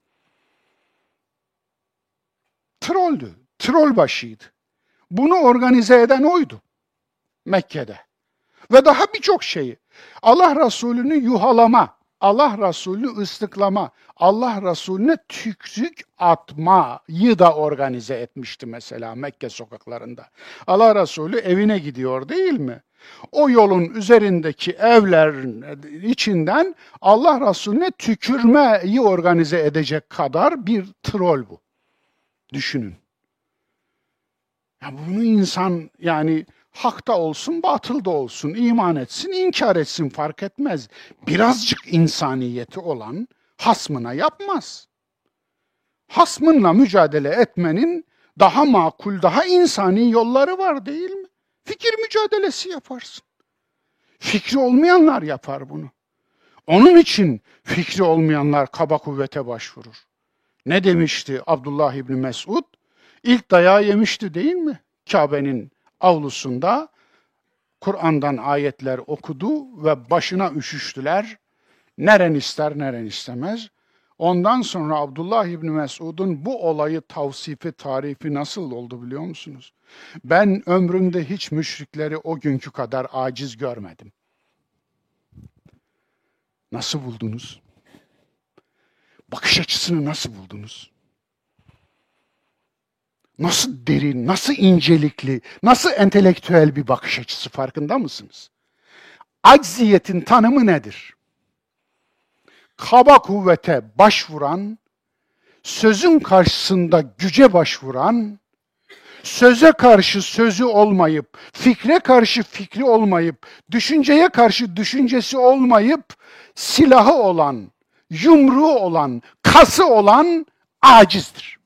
Trolldü, troll başıydı. Bunu organize eden oydu Mekke'de. ve daha birçok şeyi. Allah Resulü'nü yuhalama, Allah Resulü'nü ıslıklama, Allah Resulü'ne tükrük atmayı da organize etmişti mesela Mekke sokaklarında. Allah Resulü evine gidiyor değil mi? O yolun üzerindeki evlerin içinden Allah Resulüne tükürmeyi organize edecek kadar bir troll bu. Düşünün. Ya bunu insan yani hakta olsun, batılda olsun, iman etsin, inkar etsin fark etmez. Birazcık insaniyeti olan hasmına yapmaz. Hasmınla mücadele etmenin daha makul, daha insani yolları var değil mi? Fikir mücadelesi yaparsın. Fikri olmayanlar yapar bunu. Onun için fikri olmayanlar kaba kuvvete başvurur. Ne demişti Abdullah İbni Mesud? İlk dayağı yemişti değil mi? Kabe'nin avlusunda Kur'an'dan ayetler okudu ve başına üşüştüler. Neren ister, neren istemez. Ondan sonra Abdullah İbni Mesud'un bu olayı tavsifi, tarifi nasıl oldu biliyor musunuz? Ben ömrümde hiç müşrikleri o günkü kadar aciz görmedim. Nasıl buldunuz? Bakış açısını nasıl buldunuz? Nasıl derin, nasıl incelikli, nasıl entelektüel bir bakış açısı farkında mısınız? Acziyetin tanımı nedir? Kaba kuvvete başvuran, sözün karşısında güce başvuran, söze karşı sözü olmayıp, fikre karşı fikri olmayıp, düşünceye karşı düşüncesi olmayıp, silahı olan, yumruğu olan, kası olan acizdir.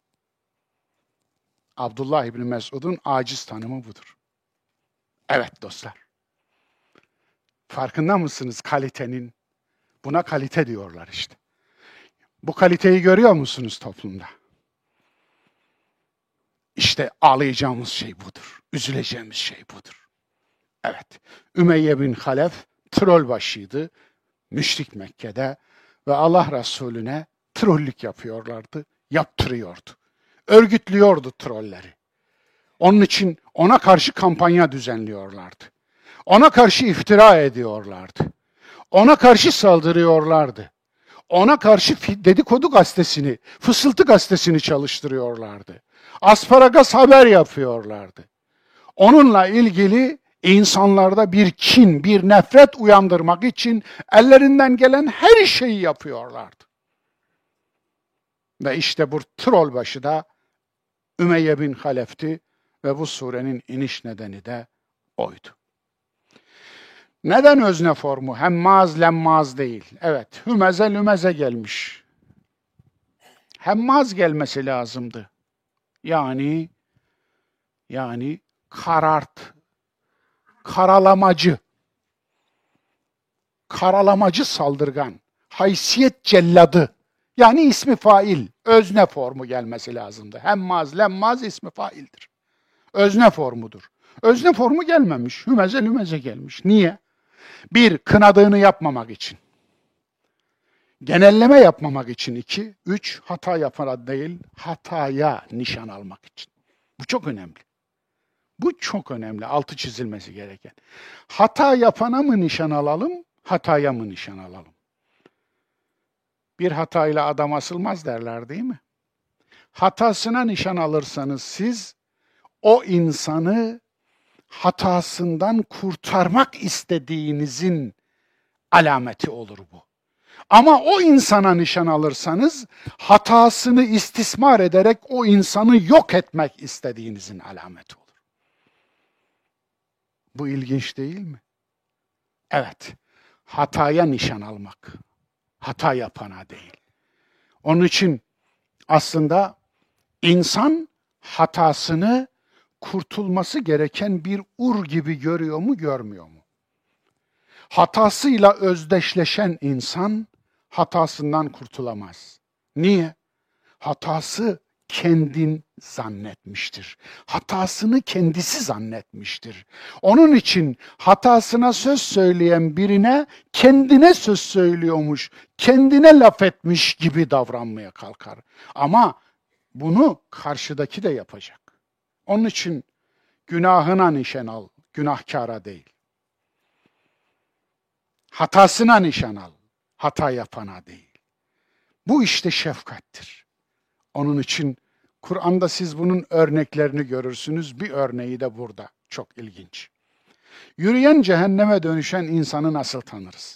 Abdullah İbni Mesud'un aciz tanımı budur. Evet dostlar. Farkında mısınız kalitenin? Buna kalite diyorlar işte. Bu kaliteyi görüyor musunuz toplumda? İşte ağlayacağımız şey budur. Üzüleceğimiz şey budur. Evet. Ümeyye bin Halef troll başıydı. Müşrik Mekke'de ve Allah Resulüne trollük yapıyorlardı. Yaptırıyordu. Örgütlüyordu trolleri. Onun için ona karşı kampanya düzenliyorlardı. Ona karşı iftira ediyorlardı. Ona karşı saldırıyorlardı. Ona karşı dedikodu gazetesini, fısıltı gazetesini çalıştırıyorlardı. Asparagas haber yapıyorlardı. Onunla ilgili insanlarda bir kin, bir nefret uyandırmak için ellerinden gelen her şeyi yapıyorlardı. Ve işte bu troll başı da Ümeyye bin Halef'ti ve bu surenin iniş nedeni de oydu. Neden özne formu? Hemmaz, lemmaz değil. Evet, hümeze, lümeze gelmiş. Hemmaz gelmesi lazımdı. Yani, yani karart, karalamacı, karalamacı saldırgan, haysiyet celladı. Yani ismi fail, özne formu gelmesi lazımdı. Hemmaz, lemmaz ismi faildir. Özne formudur. Özne formu gelmemiş, hümeze, lümeze gelmiş. Niye? Bir, kınadığını yapmamak için. Genelleme yapmamak için iki. Üç, hata yapana değil, hataya nişan almak için. Bu çok önemli. Bu çok önemli, altı çizilmesi gereken. Hata yapana mı nişan alalım, hataya mı nişan alalım? Bir hatayla adam asılmaz derler değil mi? Hatasına nişan alırsanız siz, o insanı hatasından kurtarmak istediğinizin alameti olur bu. Ama o insana nişan alırsanız, hatasını istismar ederek o insanı yok etmek istediğinizin alameti olur. Bu ilginç değil mi? Evet, hataya nişan almak, hata yapana değil. Onun için aslında insan hatasını kurtulması gereken bir ur gibi görüyor mu, görmüyor mu? Hatasıyla özdeşleşen insan hatasından kurtulamaz. Niye? Hatası kendin zannetmiştir. Hatasını kendisi zannetmiştir. Onun için hatasına söz söyleyen birine kendine söz söylüyormuş, kendine laf etmiş gibi davranmaya kalkar. Ama bunu karşıdaki de yapacak. Onun için günahına nişan al, günahkara değil. Hatasına nişan al. Hata yapana değil. Bu işte şefkattir. Onun için Kur'an'da siz bunun örneklerini görürsünüz. Bir örneği de burada. Çok ilginç. Yürüyen cehenneme dönüşen insanı nasıl tanırız?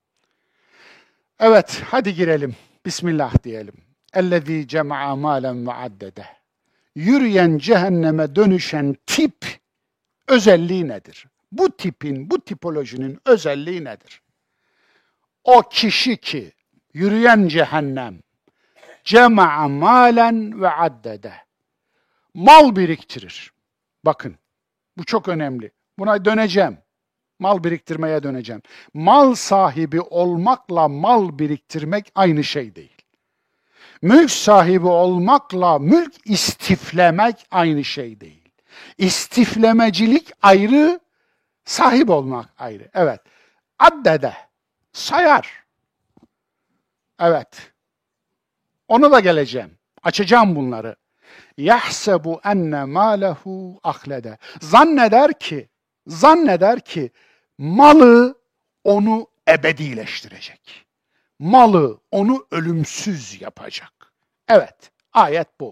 Evet, hadi girelim. Bismillah diyelim. اَلَّذ۪ي جَمَعَ مَالًا وَعَدَّدَهُ. Yürüyen cehenneme dönüşen tip özelliği nedir? Bu tipin, bu tipolojinin özelliği nedir? O kişi ki yürüyen cehennem, cema'a malen ve addede, mal biriktirir. Bakın, bu çok önemli. Buna döneceğim. Mal biriktirmeye döneceğim. Mal sahibi olmakla mal biriktirmek aynı şey değil. Mülk sahibi olmakla mülk istiflemek aynı şey değil. İstiflemecilik ayrı, sahip olmak ayrı. Evet. Addede, sayar. Evet. Ona da geleceğim. Açacağım bunları. Yahsebu enne malehu ahlede. Zanneder ki, zanneder ki malı onu ebedileştirecek. Malı onu ölümsüz yapacak. Evet, ayet bu.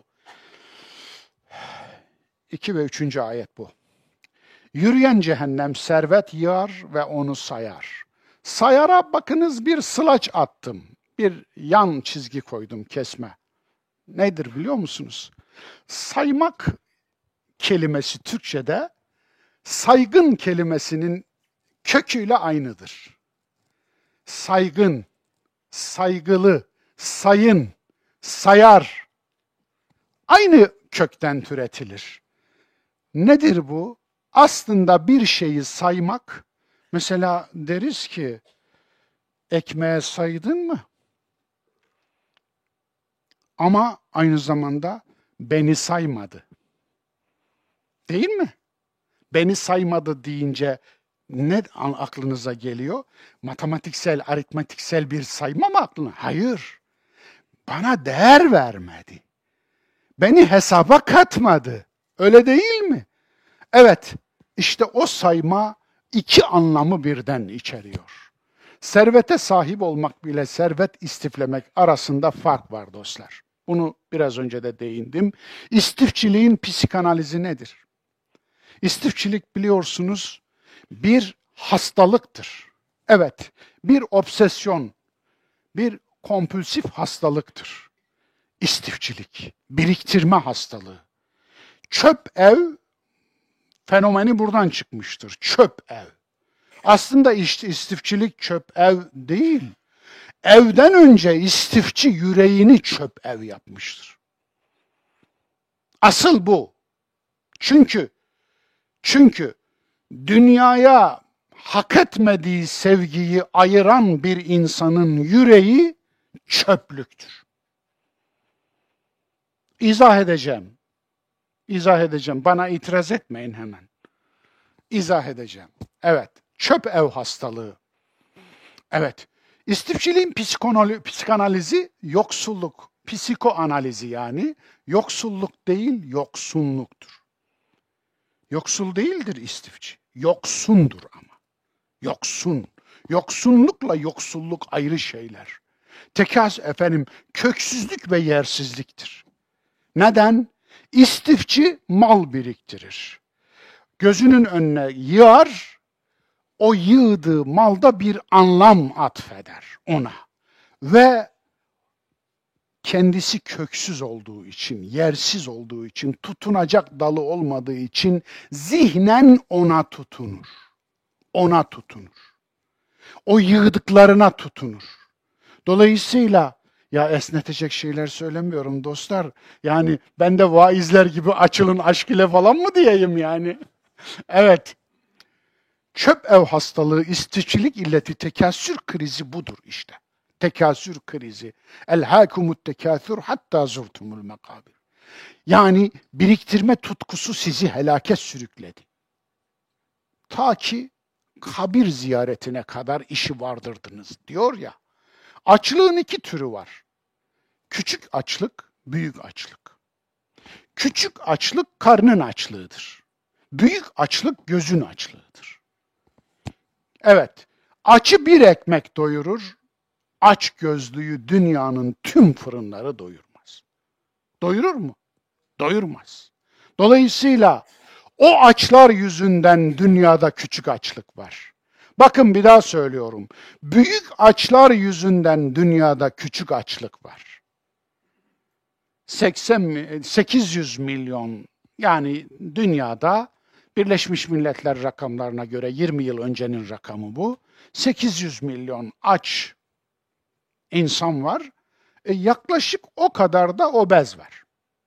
İki ve üçüncü ayet bu. Yürüyen cehennem servet yığar ve onu sayar. Sayara bakınız bir sılaç attım. Bir yan çizgi koydum kesme. Nedir biliyor musunuz? Saymak kelimesi Türkçe'de saygın kelimesinin köküyle aynıdır. Saygın, saygılı, sayın, sayar. Aynı kökten türetilir. Nedir bu? Aslında bir şeyi saymak, mesela deriz ki, ekmeğe saydın mı? Ama aynı zamanda beni saymadı. Değil mi? Beni saymadı deyince ne aklınıza geliyor? Matematiksel, aritmetiksel bir sayma mı aklına? Hayır. Bana değer vermedi. Beni hesaba katmadı. Öyle değil mi? Evet, işte o sayma iki anlamı birden içeriyor. Servete sahip olmak bile servet istiflemek arasında fark var dostlar. Bunu biraz önce de değindim. İstifçiliğin psikanalizi nedir? İstifçilik biliyorsunuz bir hastalıktır. Evet, bir obsesyon, bir kompulsif hastalıktır. İstifçilik, biriktirme hastalığı. Çöp ev fenomeni buradan çıkmıştır. Çöp ev. Aslında işte istifçilik çöp ev değil. Evden önce istifçi yüreğini çöp ev yapmıştır. Asıl bu. Çünkü çünkü dünyaya hak etmediği sevgiyi ayıran bir insanın yüreği çöplüktür. İzah edeceğim. İzah edeceğim. Bana itiraz etmeyin hemen. İzah edeceğim. Evet. Çöp ev hastalığı. Evet. İstifçiliğin psikanalizi yoksulluk. Psikoanalizi yani. Yoksulluk değil, yoksunluktur. Yoksul değildir istifçi. Yoksundur ama. Yoksun. Yoksunlukla yoksulluk ayrı şeyler. Tekas efendim köksüzlük ve yersizliktir. Neden? İstifçi mal biriktirir. Gözünün önüne yığar, o yığdığı malda bir anlam atfeder ona. Ve kendisi köksüz olduğu için, yersiz olduğu için, tutunacak dalı olmadığı için zihnen ona tutunur. Ona tutunur. O yığdıklarına tutunur. Dolayısıyla ya esnetecek şeyler söylemiyorum dostlar. Yani ben de vaizler gibi açılın aşk ile falan mı diyeyim yani? Evet. Çöp ev hastalığı, istifçilik illeti, tekasür krizi budur işte. Tekasür krizi. Elhâkumut tekâthür hattâ zurtumul mekâbir. Yani biriktirme tutkusu sizi helake sürükledi. Ta ki kabir ziyaretine kadar işi vardırdınız diyor ya. Açlığın iki türü var. Küçük açlık, büyük açlık. Küçük açlık karnın açlığıdır. Büyük açlık gözün açlığıdır. Evet, Açı bir ekmek doyurur, aç gözlüyü dünyanın tüm fırınları doyurmaz. Doyurur mu? Doyurmaz. Dolayısıyla o açlar yüzünden dünyada küçük açlık var. Bakın bir daha söylüyorum. Büyük açlar yüzünden dünyada küçük açlık var. seksen, sekiz yüz milyon, yani dünyada Birleşmiş Milletler rakamlarına göre yirmi yıl öncenin rakamı bu. sekiz yüz milyon aç insan var. E yaklaşık o kadar da obez var.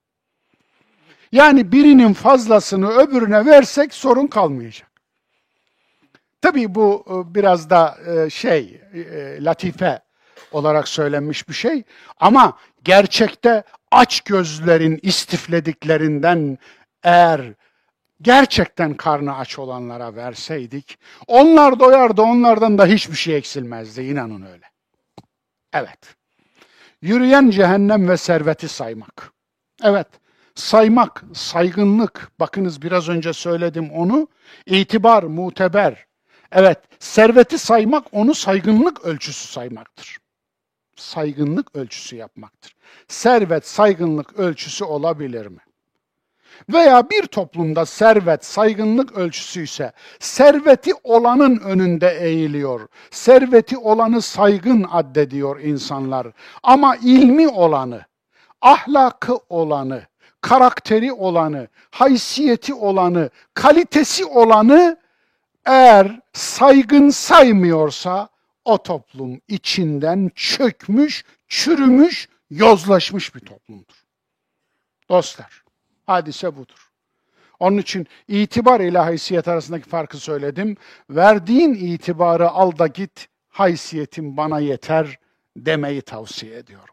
Yani birinin fazlasını öbürüne versek sorun kalmayacak. Tabii bu biraz da şey, latife olarak söylenmiş bir şey. Ama gerçekte aç gözlerin istiflediklerinden eğer gerçekten karnı aç olanlara verseydik, onlar doyardı, onlardan da hiçbir şey eksilmezdi, inanın öyle. Evet. Yürüyen cehennem ve serveti saymak. Evet. Saymak, saygınlık, bakınız biraz önce söyledim onu, itibar, muteber. Evet, serveti saymak, onu saygınlık ölçüsü saymaktır. Saygınlık ölçüsü yapmaktır. Servet, saygınlık ölçüsü olabilir mi? Veya bir toplumda servet, saygınlık ölçüsü ise, serveti olanın önünde eğiliyor, serveti olanı saygın addediyor insanlar. Ama ilmi olanı, ahlakı olanı, karakteri olanı, haysiyeti olanı, kalitesi olanı eğer saygın saymıyorsa o toplum içinden çökmüş, çürümüş, yozlaşmış bir toplumdur. Dostlar, hadise budur. Onun için itibar ile haysiyet arasındaki farkı söyledim. Verdiğin itibarı al da git, haysiyetin bana yeter demeyi tavsiye ediyorum.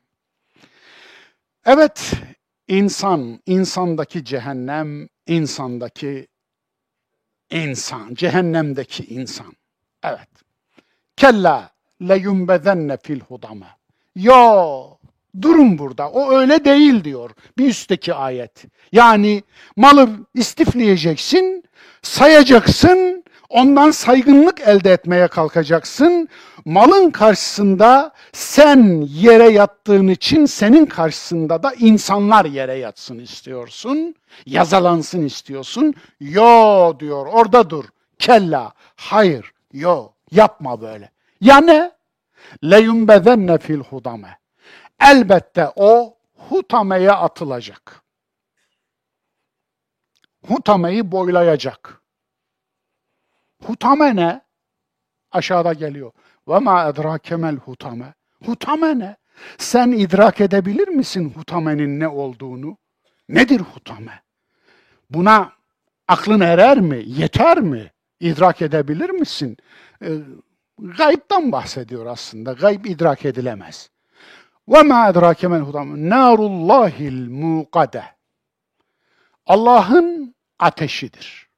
Evet, insan, insandaki cehennem, insandaki insan, cehennemdeki insan. Evet. Kella leyumbezenne fil hudame. Yo, durun burada. O öyle değil diyor bir üstteki ayet. Yani malı istifleyeceksin, sayacaksın, ondan saygınlık elde etmeye kalkacaksın. Malın karşısında sen yere yattığın için senin karşısında da insanlar yere yatsın istiyorsun. Yazalansın istiyorsun. Yo diyor, orada dur. Kella, hayır, yo, yapma böyle. Ya ne? Leyumbezenne fil hudame. Elbette o hutameye atılacak. Hutameyi boylayacak. Hutame ne? Aşağıda geliyor. Ve ma edrakemel hutame. Hutame ne? Sen idrak edebilir misin hutamenin ne olduğunu? Nedir hutame? Buna aklın erer mi? Yeter mi? İdrak edebilir misin? E, gaybtan bahsediyor aslında. Gayb idrak edilemez. وَمَا اَدْرَاكَ مَنْ هُدَمُ نَارُ اللّٰهِ الْمُقَدَ. Allah'ın ateşidir.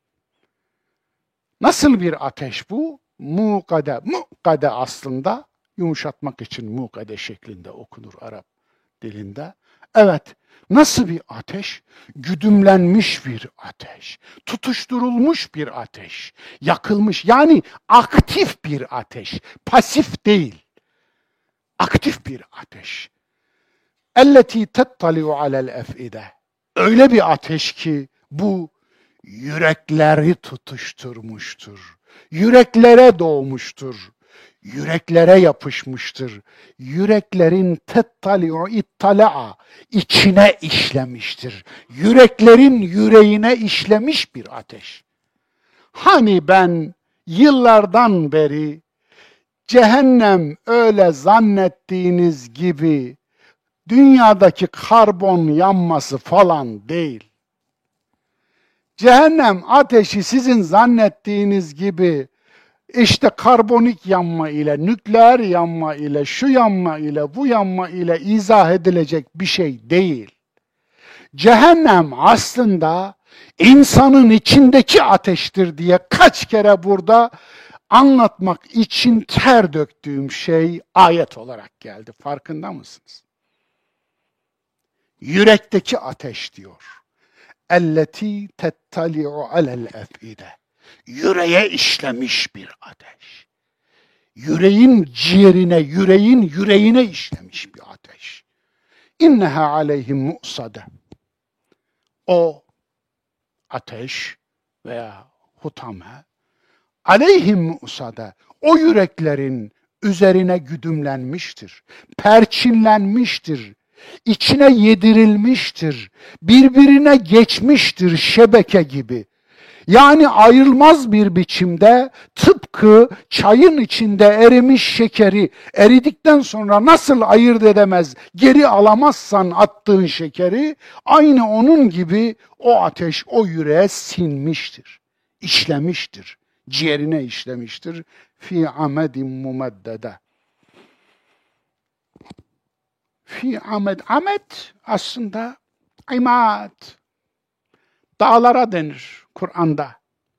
Nasıl bir ateş bu? Muqade. Muqade aslında yumuşatmak için muqade şeklinde okunur Arap dilinde. Evet, nasıl bir ateş? Güdümlenmiş bir ateş, tutuşturulmuş bir ateş, yakılmış, yani aktif bir ateş, pasif değil. Aktif bir ateş. Elleti tettali'u alel ef'ide. Öyle bir ateş ki bu yürekleri tutuşturmuştur. Yüreklere doğmuştur. Yüreklere yapışmıştır. Yüreklerin tettali'u ittala'a, içine işlemiştir. Yüreklerin yüreğine işlemiş bir ateş. Hani ben yıllardan beri cehennem öyle zannettiğiniz gibi dünyadaki karbon yanması falan değil. Cehennem ateşi sizin zannettiğiniz gibi işte karbonik yanma ile, nükleer yanma ile, şu yanma ile, bu yanma ile izah edilecek bir şey değil. Cehennem aslında insanın içindeki ateştir diye kaç kere burada anlatmak için ter döktüğüm şey ayet olarak geldi. Farkında mısınız? Yürekteki ateş diyor. Elleti tettali'u alel ef'ide. Yüreğe işlemiş bir ateş. yüreğin ciğerine, yüreğin yüreğine işlemiş bir ateş. İnneha aleyhim mu'sade. O ateş veya hutame aleyhim mu'sade. O yüreklerin üzerine güdümlenmiştir, perçinlenmiştir, içine yedirilmiştir, birbirine geçmiştir şebeke gibi. Yani ayrılmaz bir biçimde tıpkı çayın içinde erimiş şekeri eridikten sonra nasıl ayırt edemez, geri alamazsan attığın şekeri, aynı onun gibi o ateş o yüreğe sinmiştir, işlemiştir, ciğerine işlemiştir. Fi amedin mumeddede. Fi amed, amed aslında imad, dağlara denir Kur'an'da.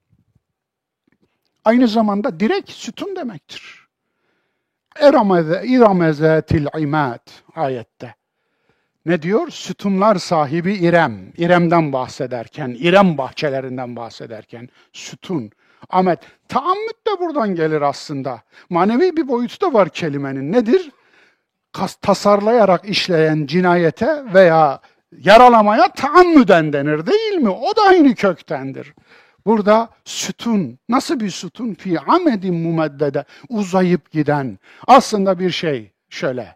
Aynı zamanda direk, sütun demektir. İrameze, İramezetil imad ayette. Ne diyor? Sütunlar sahibi İrem. İrem'den bahsederken, İrem bahçelerinden bahsederken sütun, amed. Taammüt de buradan gelir aslında. Manevi bir boyutu da var kelimenin. Nedir? Kas, tasarlayarak işleyen cinayete veya yaralamaya taammüden denir değil mi? O da aynı köktendir. Burada sütun, nasıl bir sütun? Fi amedin mumeddede, uzayıp giden. Aslında bir şey şöyle,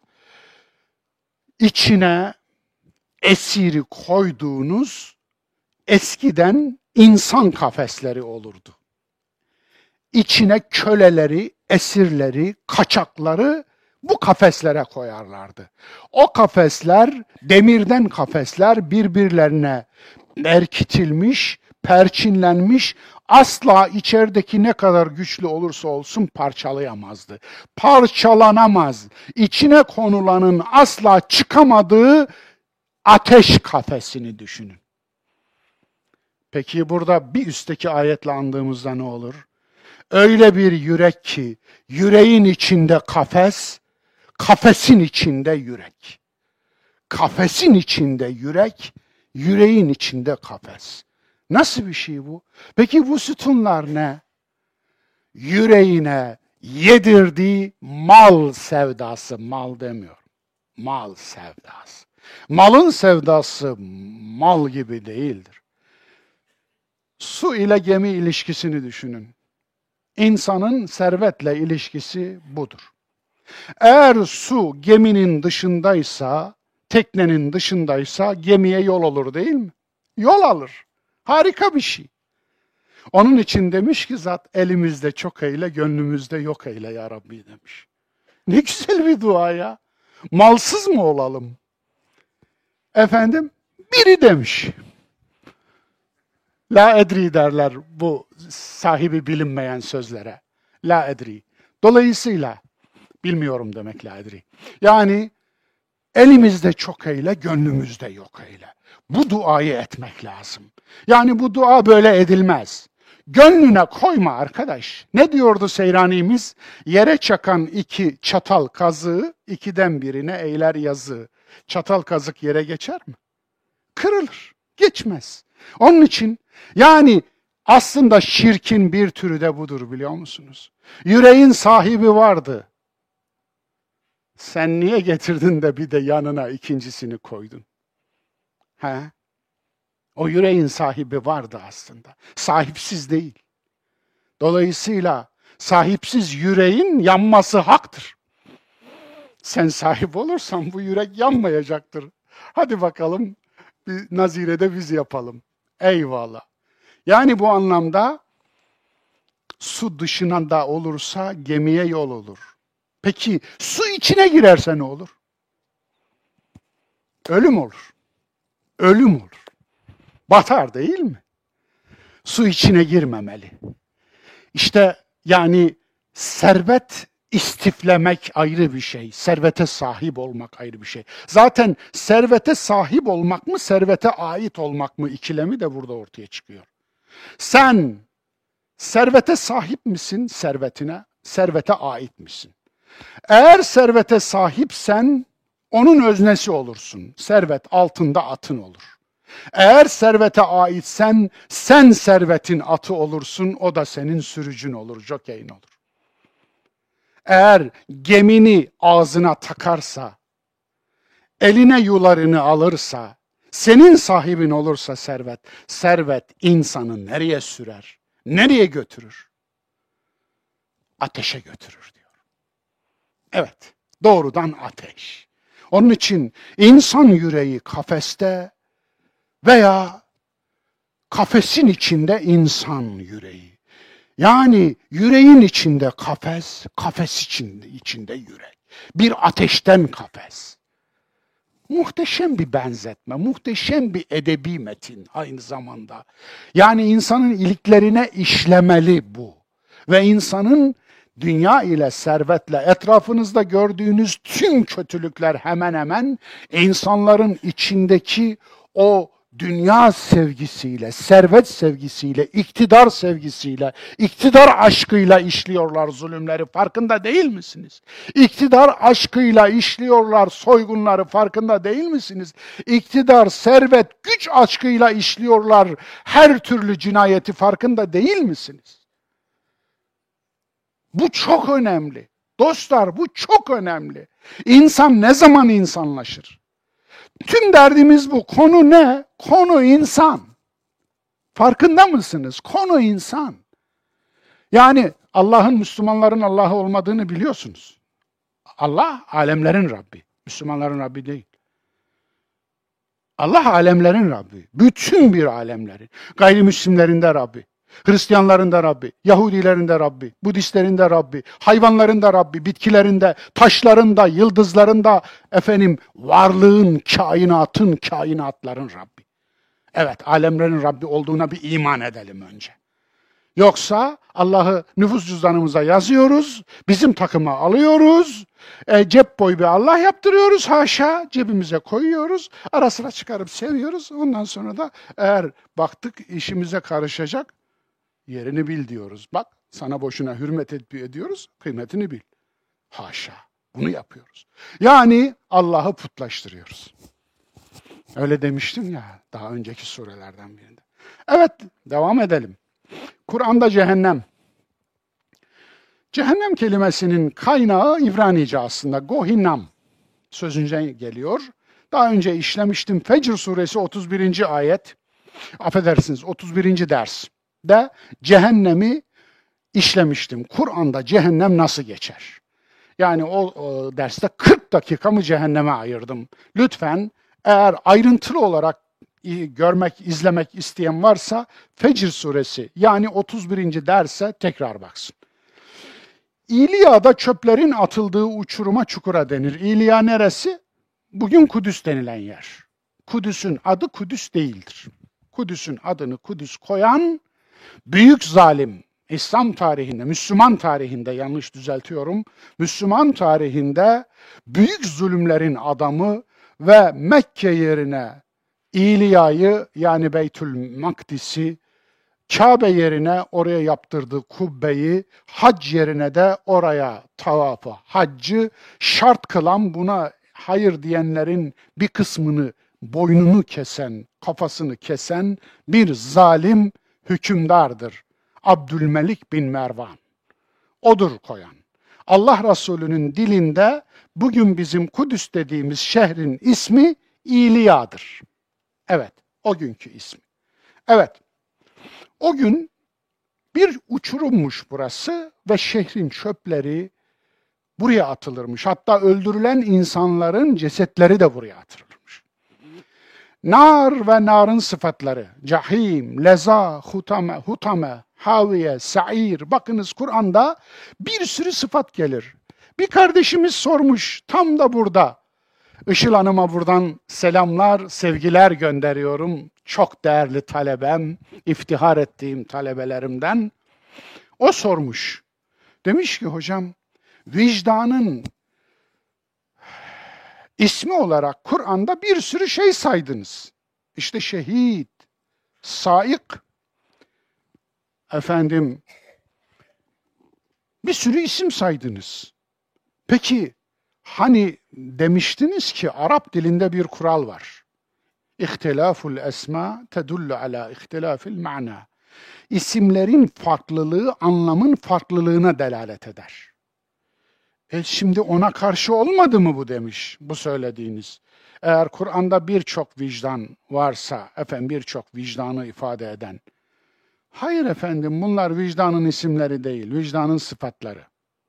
içine esiri koyduğunuz eskiden insan kafesleri olurdu. İçine köleleri, esirleri, kaçakları bu kafeslere koyarlardı. O kafesler, demirden kafesler birbirlerine berkitilmiş, perçinlenmiş, asla içerideki ne kadar güçlü olursa olsun parçalayamazdı. Parçalanamaz, içine konulanın asla çıkamadığı ateş kafesini düşünün. Peki burada bir üstteki ayetle andığımızda ne olur? Öyle bir yürek ki, yüreğin içinde kafes, kafesin içinde yürek. Kafesin içinde yürek, yüreğin içinde kafes. Nasıl bir şey bu? Peki bu sütunlar ne? Yüreğine yedirdiği mal sevdası, mal demiyorum. Mal sevdası. Malın sevdası mal gibi değildir. Su ile gemi ilişkisini düşünün. İnsanın servetle ilişkisi budur. Eğer su geminin dışındaysa, teknenin dışındaysa gemiye yol olur değil mi? Yol alır. Harika bir şey. Onun için demiş ki zat, elimizde çok eyle, gönlümüzde yok eyle ya Rabbi demiş. Ne güzel bir dua ya. Malsız mı olalım? Efendim, biri demiş. La edri derler bu sahibi bilinmeyen sözlere. La edri. Dolayısıyla bilmiyorum demek la edri. Yani elimizde çok eyle, gönlümüzde yok eyle. Bu duayı etmek lazım. Yani bu dua böyle edilmez. Gönlüne koyma arkadaş. Ne diyordu Seyrani'miz? Yere çakan iki çatal kazığı, ikiden birine eyler yazığı. Çatal kazık yere geçer mi? Kırılır, geçmez. Onun için yani aslında şirkin bir türü de budur biliyor musunuz? Yüreğin sahibi vardı. Sen niye getirdin de bir de yanına ikincisini koydun? He? O yüreğin sahibi vardı aslında. Sahipsiz değil. Dolayısıyla sahipsiz yüreğin yanması haktır. Sen sahip olursan bu yürek yanmayacaktır. Hadi bakalım bir nazirede biz yapalım. Eyvallah. Yani bu anlamda su dışına da olursa gemiye yol olur. Peki su içine girerse ne olur? Ölüm olur. Ölüm olur. Batar değil mi? Su içine girmemeli. İşte yani servet istiflemek ayrı bir şey. Servete sahip olmak ayrı bir şey. Zaten servete sahip olmak mı, servete ait olmak mı ikilemi de burada ortaya çıkıyor. Sen servete sahip misin servetine? Servete ait misin? Eğer servete sahipsen onun öznesi olursun. Servet altında atın olur. Eğer servete aitsen sen servetin atı olursun, o da senin sürücün olur, jokeyin olur. eğer gemini ağzına takarsa, eline yularını alırsa, senin sahibin olursa servet, servet insanı nereye sürer, nereye götürür? Ateşe götürür diyor. Evet, doğrudan ateş. Onun için insan yüreği kafeste veya kafesin içinde insan yüreği. Yani yüreğin içinde kafes, kafes içinde, içinde yürek. Bir ateşten kafes. Muhteşem bir benzetme, muhteşem bir edebi metin aynı zamanda. Yani insanın iliklerine işlemeli bu. Ve insanın dünya ile, servetle, etrafınızda gördüğünüz tüm kötülükler hemen hemen insanların içindeki o dünya sevgisiyle, servet sevgisiyle, iktidar sevgisiyle, iktidar aşkıyla işliyorlar zulümleri. Farkında değil misiniz? İktidar aşkıyla işliyorlar soygunları. Farkında değil misiniz? İktidar, servet, güç aşkıyla işliyorlar her türlü cinayeti. Farkında değil misiniz? Bu çok önemli. Dostlar, bu çok önemli. İnsan ne zaman insanlaşır? Tüm derdimiz bu. Konu ne? Konu insan. Farkında mısınız? Konu insan. Yani Allah'ın Müslümanların Allah'ı olmadığını biliyorsunuz. Allah alemlerin Rabbi. Müslümanların Rabbi değil. Allah alemlerin Rabbi. Bütün bir alemlerin. Gayrimüslimlerin de Rabbi. Hristiyanların da Rabbi, Yahudilerin de Rabbi, Budistlerin de Rabbi, hayvanların da Rabbi, bitkilerin de, taşların da, yıldızların da, efendim, varlığın, kainatın, kainatların Rabbi. Evet, alemlerin Rabbi olduğuna bir iman edelim önce. Yoksa Allah'ı nüfus cüzdanımıza yazıyoruz, bizim takıma alıyoruz, e, cep boyu bir Allah yaptırıyoruz, haşa, cebimize koyuyoruz, ara sıra çıkarıp seviyoruz, ondan sonra da eğer baktık işimize karışacak, yerini bil diyoruz. Bak, sana boşuna hürmet ediyoruz, kıymetini bil. Haşa, bunu yapıyoruz. Yani Allah'ı putlaştırıyoruz. Öyle demiştim ya daha önceki surelerden birinde. Evet, devam edelim. Kur'an'da cehennem. Cehennem kelimesinin kaynağı İbranice aslında. Gohinnam sözünden geliyor. Daha önce işlemiştim. Fecr suresi otuz birinci ayet. Affedersiniz otuz birinci ders. De cehennemi işlemiştim. Kur'an'da cehennem nasıl geçer? Yani o, o derste kırk dakikamı cehenneme ayırdım. Lütfen eğer ayrıntılı olarak görmek, izlemek isteyen varsa Fecr suresi yani otuz birinci derse tekrar baksın. İlya'da çöplerin atıldığı uçuruma çukura denir. İlya neresi? Bugün Kudüs denilen yer. Kudüs'ün adı Kudüs değildir. Kudüs'ün adını Kudüs koyan büyük zalim, İslam tarihinde, Müslüman tarihinde, yanlış düzeltiyorum, Müslüman tarihinde büyük zulümlerin adamı ve Mekke yerine İlya'yı yani Beytül Makdis'i, Kabe yerine oraya yaptırdığı kubbeyi, hac yerine de oraya tavafı, haccı şart kılan, buna hayır diyenlerin bir kısmını boynunu kesen, kafasını kesen bir zalim hükümdardır. Abdülmelik bin Mervan. Odur koyan. Allah Resulü'nün dilinde bugün bizim Kudüs dediğimiz şehrin ismi İlya'dır. Evet, o günkü ismi. Evet, o gün bir uçurummuş burası ve şehrin çöpleri buraya atılırmış. Hatta öldürülen insanların cesetleri de buraya atılırmış. Nar ve narın sıfatları, cahim, leza, hutame, hutame, haviye, sa'ir. Bakınız Kur'an'da bir sürü sıfat gelir. Bir kardeşimiz sormuş, tam da burada. Işıl Hanım'a buradan selamlar, sevgiler gönderiyorum. Çok değerli talebem, iftihar ettiğim talebelerimden. O sormuş. Demiş ki hocam, vicdanın ismi olarak Kur'an'da bir sürü şey saydınız. İşte şehit, saik, efendim, bir sürü isim saydınız. Peki, hani demiştiniz ki Arap dilinde bir kural var. İhtilaful esma tedullu ala ihtilafil ma'na. İsimlerin farklılığı anlamın farklılığına delalet eder. E şimdi ona karşı olmadı mı bu demiş bu söylediğiniz. Eğer Kur'an'da birçok vicdan varsa, efendim birçok vicdanı ifade eden. Hayır efendim, bunlar vicdanın isimleri değil, vicdanın sıfatları.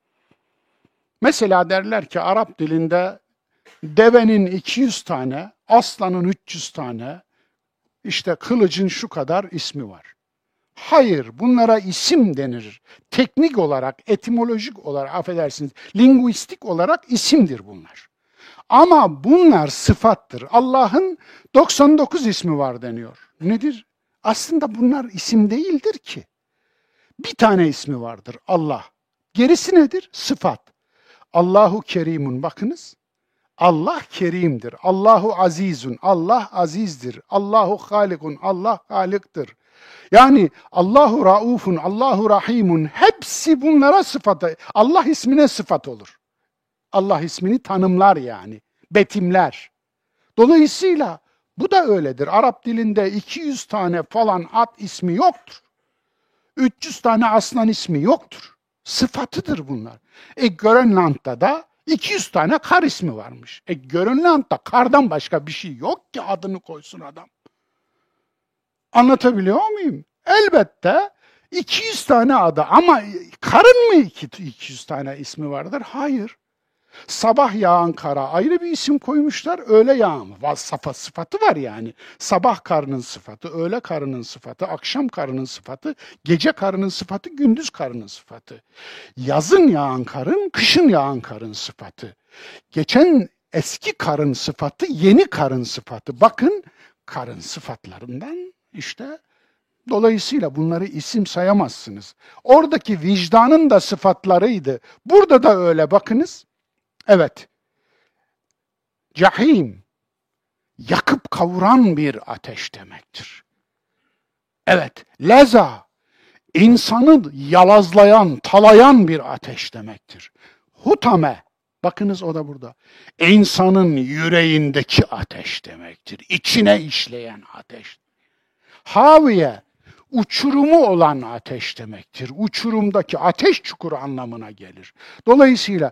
Mesela derler ki Arap dilinde devenin iki yüz tane, aslanın üç yüz tane, işte kılıcın şu kadar ismi var. Hayır, bunlara isim denir. Teknik olarak, etimolojik olarak, affedersiniz, linguistik olarak isimdir bunlar. Ama bunlar sıfattır. Allah'ın doksan dokuz ismi var deniyor. Nedir? Aslında bunlar isim değildir ki. Bir tane ismi vardır, Allah. Gerisi nedir? Sıfat. Allahu Kerimun, bakınız. Allah kerimdir. Allahu azizun. Allah azizdir. Allahu halikun. Allah haliktir. Yani Allahu raufun, Allahu rahimun. Hepsi bunlara sıfatı. Allah ismine sıfat olur. Allah ismini tanımlar yani. Betimler. Dolayısıyla bu da öyledir. Arap dilinde iki yüz tane falan at ismi yoktur. üç yüz tane aslan ismi yoktur. Sıfatıdır bunlar. E Grönland'da da iki yüz tane kar ismi varmış. E Grönland'da kardan başka bir şey yok ki adını koysun adam. Anlatabiliyor muyum? Elbette iki yüz tane adı ama karın mı iki yüz tane ismi vardır? Hayır. Sabah yağan kara ayrı bir isim koymuşlar, öğle yağan sıfatı, sıfatı var yani. Sabah karının sıfatı, öğle karının sıfatı, akşam karının sıfatı, gece karının sıfatı, gündüz karının sıfatı. Yazın yağan karın, kışın yağan karın sıfatı. Geçen eski karın sıfatı, yeni karın sıfatı. Bakın karın sıfatlarından işte dolayısıyla bunları isim sayamazsınız. Oradaki vicdanın da sıfatlarıydı. Burada da öyle bakınız. Evet, cahim, yakıp kavuran bir ateş demektir. Evet, leza, insanı yalazlayan, talayan bir ateş demektir. Hutame, bakınız o da burada, insanın yüreğindeki ateş demektir. İçine işleyen ateş. Haviye, uçurumu olan ateş demektir. Uçurumdaki ateş çukuru anlamına gelir. Dolayısıyla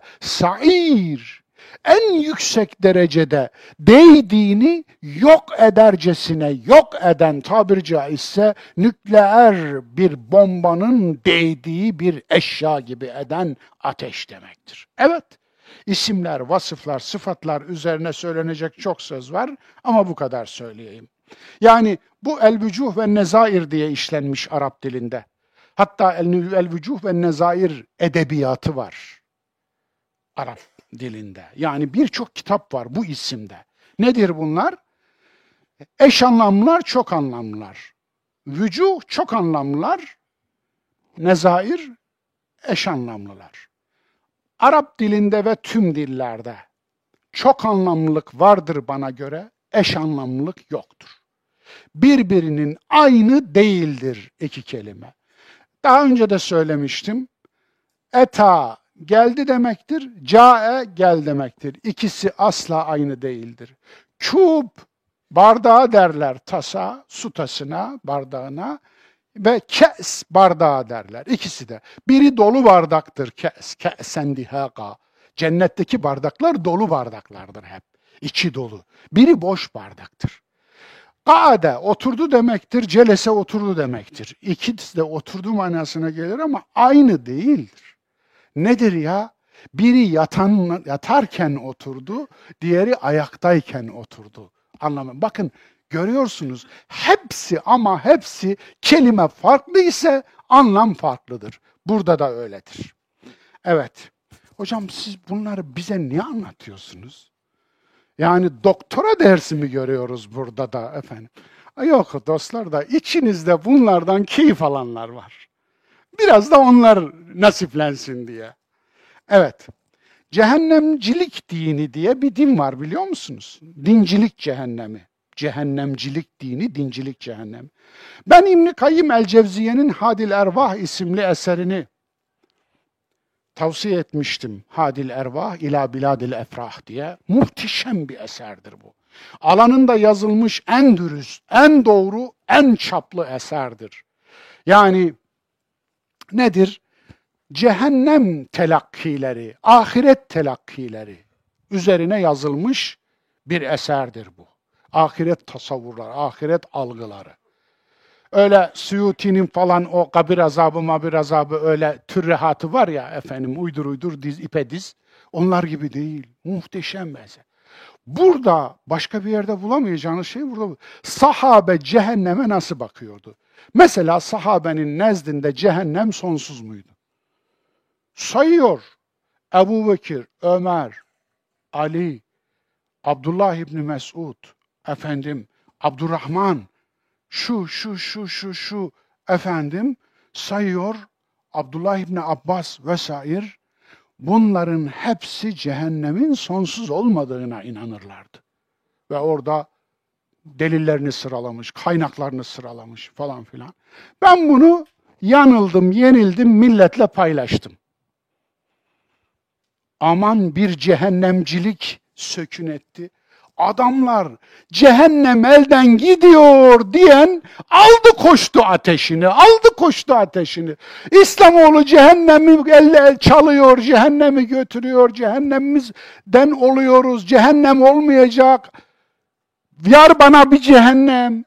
sair en yüksek derecede değdiğini yok edercesine yok eden, tabiri caizse nükleer bir bombanın değdiği bir eşya gibi eden ateş demektir. Evet, isimler, vasıflar, sıfatlar üzerine söylenecek çok söz var ama bu kadar söyleyeyim. Yani bu el-vücuh ve nezair diye işlenmiş Arap dilinde. Hatta el-vücuh ve nezair edebiyatı var Arap dilinde. Yani birçok kitap var bu isimde. Nedir bunlar? Eş anlamlılar, çok anlamlılar. Vücuh çok anlamlılar, nezair eş anlamlılar. Arap dilinde ve tüm dillerde çok anlamlılık vardır bana göre, eş anlamlılık yoktur. Birbirinin aynı değildir iki kelime. Daha önce de söylemiştim. Eta geldi demektir, cae gel demektir. İkisi asla aynı değildir. Kûb, bardağı derler tasa, su tasına, bardağına ve kes bardağı derler. İkisi de. Biri dolu bardaktır, kes, kesen dihâka. Cennetteki bardaklar dolu bardaklardır hep. İçi dolu. Biri boş bardaktır. Kaade oturdu demektir, celese oturdu demektir. İkisi de oturdu manasına gelir ama aynı değildir. Nedir ya? Biri yatan, yatarken oturdu, diğeri ayaktayken oturdu. Anlamı. Bakın görüyorsunuz hepsi ama hepsi kelime farklı ise anlam farklıdır. Burada da öyledir. Evet. Hocam siz bunları bize niye anlatıyorsunuz? Yani doktora dersi mi görüyoruz burada da efendim? Yok dostlar da içinizde bunlardan keyif alanlar var. Biraz da onlar nasiplensin diye. Evet. Cehennemcilik dini diye bir din var biliyor musunuz? Dincilik cehennemi. Cehennemcilik dini, dincilik cehennemi. Ben İbn-i Kayyim el-Cevziye'nin Hadil Ervah isimli eserini tavsiye etmiştim. Hadil Ervah ila biladil efrah diye. Muhteşem bir eserdir bu. Alanında yazılmış en dürüst, en doğru, en çaplı eserdir. Yani nedir? cehennem telakkileri, ahiret telakkileri üzerine yazılmış bir eserdir bu. Ahiret tasavvurları, ahiret algıları. Öyle Suyuti'nin falan o kabir azabı, mabir azabı öyle türrehatı var ya efendim, uydur uydur, diz, ipe diz. Onlar gibi değil. Muhteşem mesela. Burada başka bir yerde bulamayacağınız şey burada. Sahabe cehenneme nasıl bakıyordu? Mesela sahabenin nezdinde cehennem sonsuz muydu? Sayıyor. Ebu Bekir, Ömer, Ali, Abdullah İbni Mesud, efendim, Abdurrahman, şu, şu, şu, şu, şu, efendim, sayıyor. Abdullah İbni Abbas vesaire. Bunların hepsi cehennemin sonsuz olmadığına inanırlardı. Ve orada delillerini sıralamış, kaynaklarını sıralamış falan filan. Ben bunu yanıldım, yenildim, milletle paylaştım. Aman bir cehennemcilik sökün etti. Adamlar cehennem elden gidiyor diyen aldı koştu ateşini, aldı koştu ateşini. İslamoğlu cehennemi elle çalıyor, cehennemi götürüyor, cehennemimizden oluyoruz, cehennem olmayacak. Yar bana bir cehennem.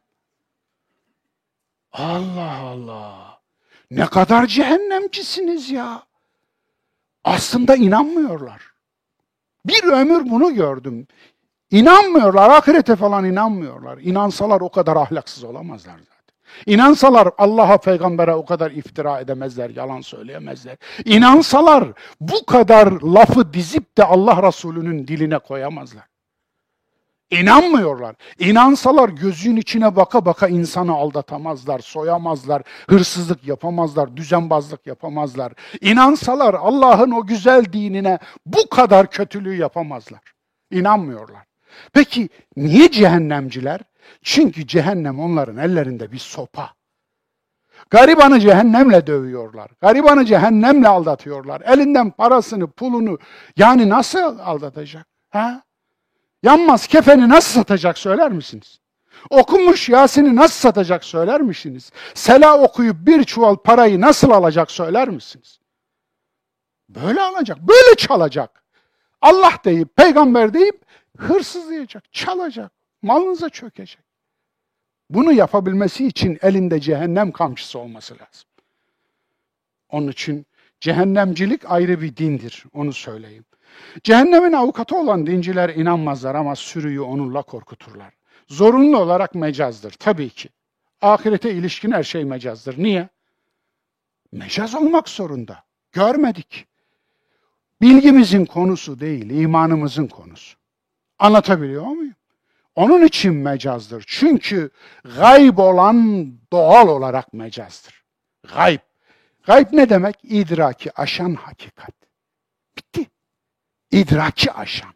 Allah Allah. Ne kadar cehennemcisiniz ya. Aslında inanmıyorlar. Bir ömür bunu gördüm. İnanmıyorlar, ahirete falan inanmıyorlar. İnansalar o kadar ahlaksız olamazlar zaten. İnansalar Allah'a, peygambere o kadar iftira edemezler, yalan söyleyemezler. İnansalar bu kadar lafı dizip de Allah Resulü'nün diline koyamazlar. İnanmıyorlar. İnansalar gözün içine baka baka insanı aldatamazlar, soyamazlar, hırsızlık yapamazlar, düzenbazlık yapamazlar. İnansalar Allah'ın o güzel dinine bu kadar kötülüğü yapamazlar. İnanmıyorlar. Peki niye cehennemciler? Çünkü cehennem onların ellerinde bir sopa. Garibanı cehennemle dövüyorlar. Garibanı cehennemle aldatıyorlar. Elinden parasını, pulunu yani nasıl aldatacak? Ha? Yanmaz kefeni nasıl satacak söyler misiniz? Okunmuş Yasin'i nasıl satacak söyler misiniz? Sela okuyup bir çuval parayı nasıl alacak söyler misiniz? Böyle alacak, böyle çalacak. Allah deyip, peygamber deyip hırsızlayacak, çalacak, malınıza çökecek. Bunu yapabilmesi için elinde cehennem kamçısı olması lazım. Onun için cehennemcilik ayrı bir dindir, onu söyleyeyim. Cehennemin avukatı olan dinciler inanmazlar ama sürüyü onunla korkuturlar. Zorunlu olarak mecazdır tabii ki. Ahirete ilişkin her şey mecazdır. Niye? Mecaz olmak zorunda. Görmedik. Bilgimizin konusu değil, imanımızın konusu. Anlatabiliyor muyum? Onun için mecazdır. Çünkü gayb olan doğal olarak mecazdır. Gayb. Gayb ne demek? İdraki aşan hakikat. Bitti. İdraki aşan.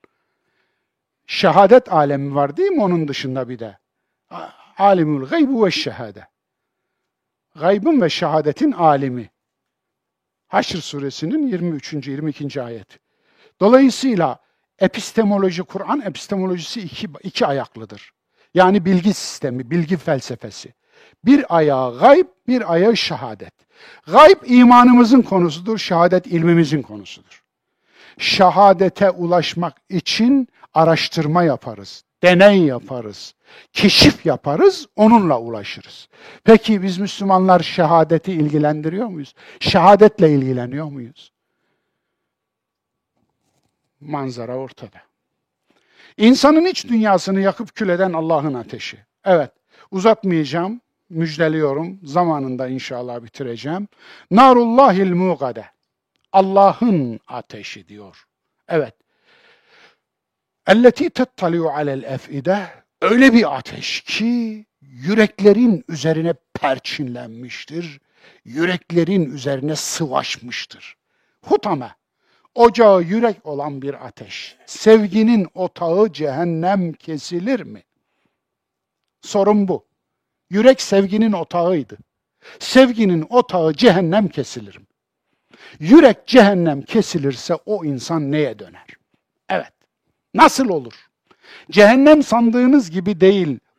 Şehadet alemi var değil mi onun dışında bir de? Alimul gaybu ve şehade. Gaybın ve şehadetin alimi. Haşr suresinin yirmi üçüncü yirmi ikinci ayeti. Dolayısıyla epistemoloji, Kur'an epistemolojisi iki, iki ayaklıdır. Yani bilgi sistemi, bilgi felsefesi. Bir ayağı gayb, bir ayağı şehadet. Gayb imanımızın konusudur, şehadet ilmimizin konusudur. Şehadete ulaşmak için araştırma yaparız, deney yaparız, keşif yaparız, onunla ulaşırız. Peki biz Müslümanlar şehadeti ilgilendiriyor muyuz? Şehadetle ilgileniyor muyuz? Manzara ortada. İnsanın iç dünyasını yakıp kül eden Allah'ın ateşi. Evet, uzatmayacağım, müjdeliyorum, zamanında inşallah bitireceğim. Narullahil muqade. Allah'ın ateşi diyor. Evet. Elleti tettali'u alel ef'ide. Öyle bir ateş ki yüreklerin üzerine perçinlenmiştir. Yüreklerin üzerine sıvaşmıştır. Hutame. Ocağı yürek olan bir ateş. Sevginin otağı cehennem kesilir mi? Sorun bu. Yürek sevginin otağıydı. Sevginin otağı cehennem kesilir mi? Yürek cehennem kesilirse o insan neye döner? Evet. Nasıl olur? Cehennem sandığınız gibi değil.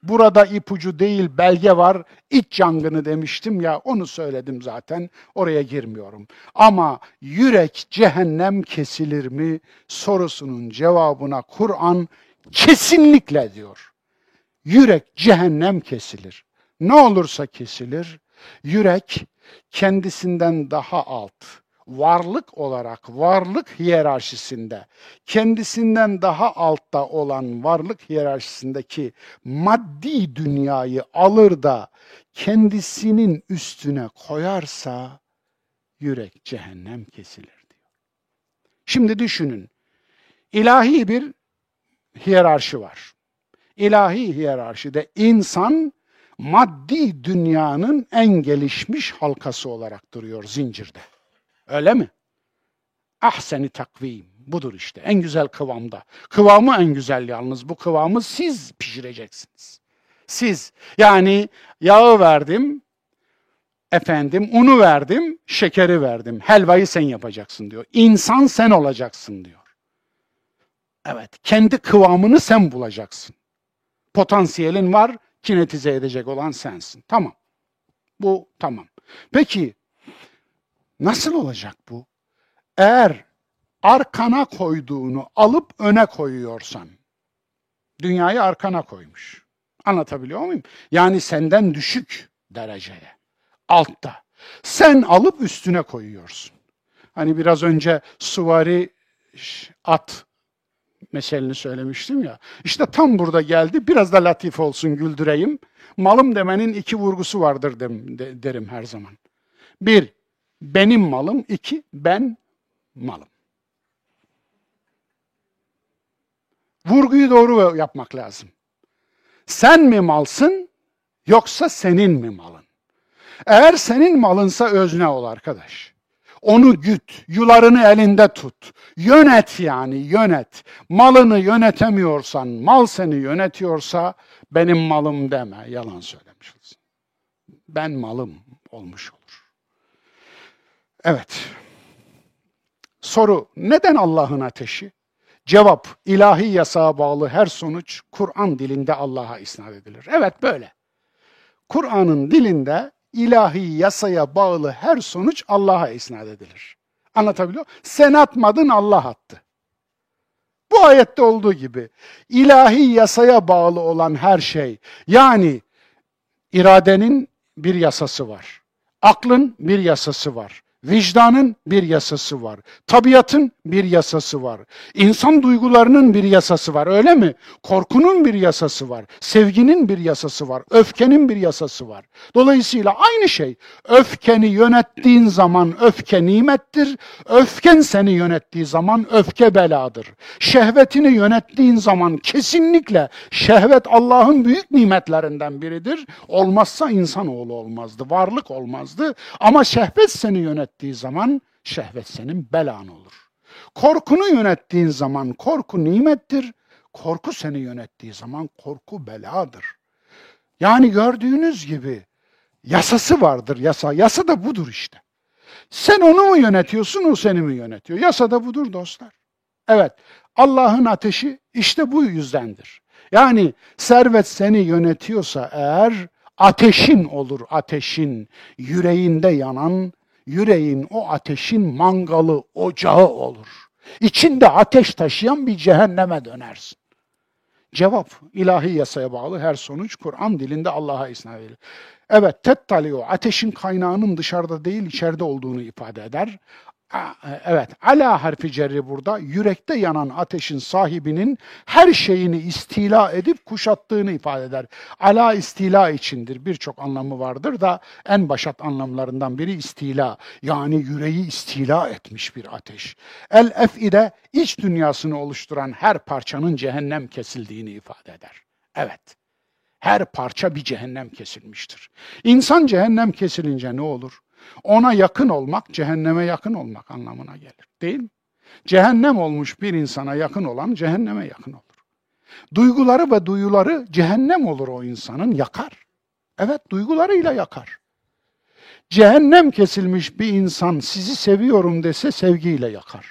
Burada ipucu değil belge var. İç yangını demiştim ya, onu söyledim zaten. Oraya girmiyorum. Ama yürek cehennem kesilir mi sorusunun cevabına Kur'an kesinlikle diyor. Yürek cehennem kesilir. Ne olursa kesilir. Yürek kendisinden daha alt, varlık olarak, varlık hiyerarşisinde, kendisinden daha altta olan varlık hiyerarşisindeki maddi dünyayı alır da kendisinin üstüne koyarsa yürek cehennem kesilir diyor. Şimdi düşünün, ilahi bir hiyerarşi var. İlahi hiyerarşide insan maddi dünyanın en gelişmiş halkası olarak duruyor zincirde. Öyle mi? Ahseni takvim. Budur işte. En güzel kıvamda. Kıvamı en güzel yalnız. Bu kıvamı siz pişireceksiniz. Siz. Yani yağı verdim, efendim unu verdim, şekeri verdim. Helvayı sen yapacaksın diyor. İnsan sen olacaksın diyor. Evet. Kendi kıvamını sen bulacaksın. Potansiyelin var, kinetize edecek olan sensin. Tamam. Bu tamam. Peki nasıl olacak bu? Eğer arkana koyduğunu alıp öne koyuyorsan, dünyayı arkana koymuş. Anlatabiliyor muyum? Yani senden düşük dereceye, altta. Sen alıp üstüne koyuyorsun. Hani biraz önce süvari at meselini söylemiştim ya. İşte tam burada geldi. Biraz da latif olsun, güldüreyim. Malım demenin iki vurgusu vardır dem, de, derim her zaman. Bir, benim malım. İki, ben malım. Vurguyu doğru yapmak lazım. Sen mi malsın, yoksa senin mi malın? Eğer senin malınsa özne ol arkadaş. Onu güt, yularını elinde tut. Yönet yani, yönet. Malını yönetemiyorsan, mal seni yönetiyorsa benim malım deme, yalan söylemiş olursun. Ben malım olmuş olur. Evet. Soru, neden Allah'ın ateşi? Cevap, ilahi yasağa bağlı her sonuç Kur'an dilinde Allah'a isnat edilir. Evet böyle. Kur'an'ın dilinde ilahi yasaya bağlı her sonuç Allah'a isnat edilir. Anlatabiliyor muyum? Sen atmadın, Allah attı. Bu ayette olduğu gibi ilahi yasaya bağlı olan her şey, yani iradenin bir yasası var. Aklın bir yasası var. Vicdanın bir yasası var. Tabiatın bir yasası var. İnsan duygularının bir yasası var, öyle mi? Korkunun bir yasası var. Sevginin bir yasası var. Öfkenin bir yasası var. Dolayısıyla aynı şey. Öfkeni yönettiğin zaman öfke nimettir. Öfken seni yönettiği zaman öfke beladır. Şehvetini yönettiğin zaman kesinlikle şehvet Allah'ın büyük nimetlerinden biridir. Olmazsa insanoğlu olmazdı, varlık olmazdı. Ama şehvet seni yönettiği zaman şehvet senin belan olur. Korkunu yönettiğin zaman korku nimettir. Korku seni yönettiği zaman korku beladır. Yani gördüğünüz gibi yasası vardır yasa. Yasa da budur işte. Sen onu mu yönetiyorsun, o seni mi yönetiyor? Yasa da budur dostlar. Evet, Allah'ın ateşi işte bu yüzdendir. Yani servet seni yönetiyorsa eğer, ateşin olur, ateşin, yüreğinde yanan, yüreğin o ateşin mangalı, ocağı olur. İçinde ateş taşıyan bir cehenneme dönersin. Cevap, ilahi yasaya bağlı her sonuç Kur'an dilinde Allah'a isnat edilir. Evet, tettaliyo, ateşin kaynağının dışarıda değil içeride olduğunu ifade eder. Evet, ala harfi cerri burada, yürekte yanan ateşin sahibinin her şeyini istila edip kuşattığını ifade eder. Ala istila içindir, birçok anlamı vardır da en başat anlamlarından biri istila. Yani yüreği istila etmiş bir ateş. El-ef'ide iç dünyasını oluşturan her parçanın cehennem kesildiğini ifade eder. Evet, her parça bir cehennem kesilmiştir. İnsan cehennem kesilince ne olur? Ona yakın olmak, cehenneme yakın olmak anlamına gelir. Değil mi? Cehennem olmuş bir insana yakın olan cehenneme yakın olur. Duyguları ve duyuları cehennem olur o insanın, yakar. Evet, duygularıyla yakar. Cehennem kesilmiş bir insan sizi seviyorum dese sevgiyle yakar.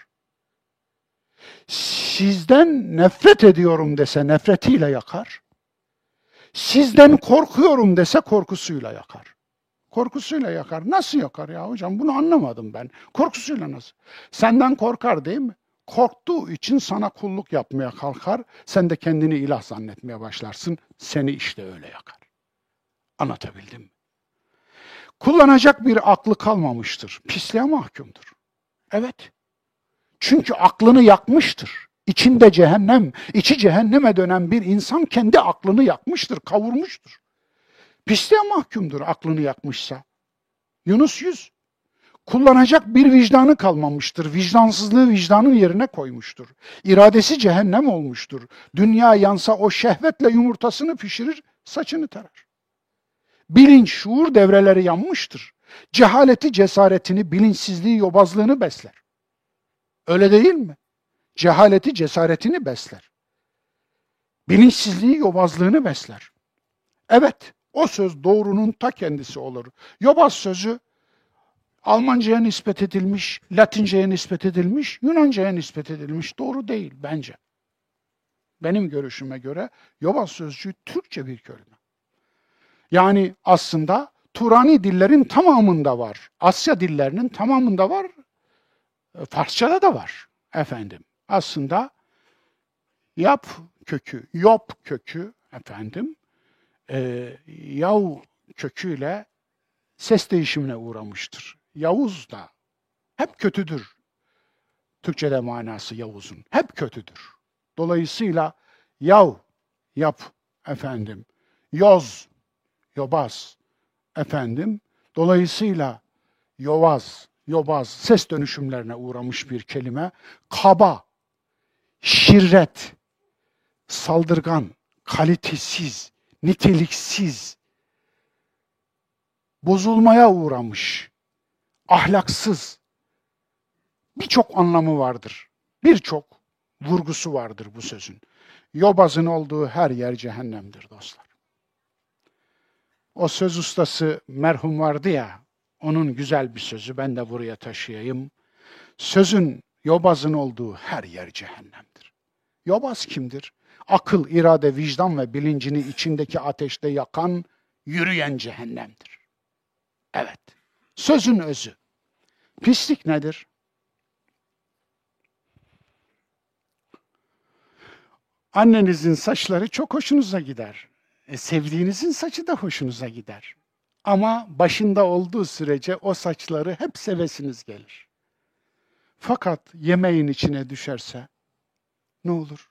Sizden nefret ediyorum dese nefretiyle yakar. Sizden korkuyorum dese korkusuyla yakar. Korkusuyla yakar. Nasıl yakar ya hocam? Bunu anlamadım ben. Korkusuyla nasıl? Senden korkar değil mi? Korktuğu için sana kulluk yapmaya kalkar. Sen de kendini ilah zannetmeye başlarsın. Seni işte öyle yakar. Anlatabildim mi? Kullanacak bir aklı kalmamıştır. Pisliğe mahkumdur. Evet. Çünkü aklını yakmıştır. İçinde cehennem, içi cehenneme dönen bir insan kendi aklını yakmıştır, kavurmuştur. Pisliğe mahkumdur aklını yakmışsa. Yunus yüz. Kullanacak bir vicdanı kalmamıştır. Vicdansızlığı vicdanın yerine koymuştur. İradesi cehennem olmuştur. Dünya yansa o şehvetle yumurtasını pişirir, saçını tarar. Bilinç, şuur devreleri yanmıştır. Cehaleti, cesaretini, bilinçsizliği, yobazlığını besler. Öyle değil mi? Cehaleti, cesaretini besler. Bilinçsizliği, yobazlığını besler. Evet, o söz doğrunun ta kendisi olur. Yobaz sözü Almanca'ya nispet edilmiş, Latince'ye nispet edilmiş, Yunanca'ya nispet edilmiş. Doğru değil bence. Benim görüşüme göre yobaz sözcüğü Türkçe bir kelime. Yani aslında Turani dillerin tamamında var. Asya dillerinin tamamında var. Farsçada da var efendim. Aslında yap kökü, yop kökü efendim, e, yav köküyle ses değişimine uğramıştır. Yavuz da hep kötüdür. Türkçe'de manası Yavuz'un. Hep kötüdür. Dolayısıyla yav, yap efendim, yoz, yobaz efendim. Dolayısıyla yovaz, yobaz ses dönüşümlerine uğramış bir kelime. Kaba, şirret, saldırgan, kalitesiz, niteliksiz, bozulmaya uğramış, ahlaksız, birçok anlamı vardır. Birçok vurgusu vardır bu sözün. Yobazın olduğu her yer cehennemdir dostlar. O söz ustası merhum vardı ya, onun güzel bir sözü ben de buraya taşıyayım. Sözün yobazın olduğu her yer cehennemdir. Yobaz kimdir? Akıl, irade, vicdan ve bilincini içindeki ateşte yakan, yürüyen cehennemdir. Evet, sözün özü. Pislik nedir? Annenizin saçları çok hoşunuza gider. E, sevdiğinizin saçı da hoşunuza gider. Ama başında olduğu sürece o saçları hep sevesiniz gelir. Fakat yemeğin içine düşerse ne olur?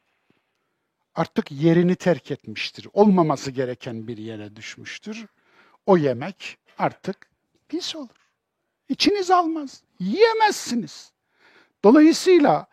Artık yerini terk etmiştir. Olmaması gereken bir yere düşmüştür. O yemek artık pis olur. İçiniz almaz. Yiyemezsiniz. Dolayısıyla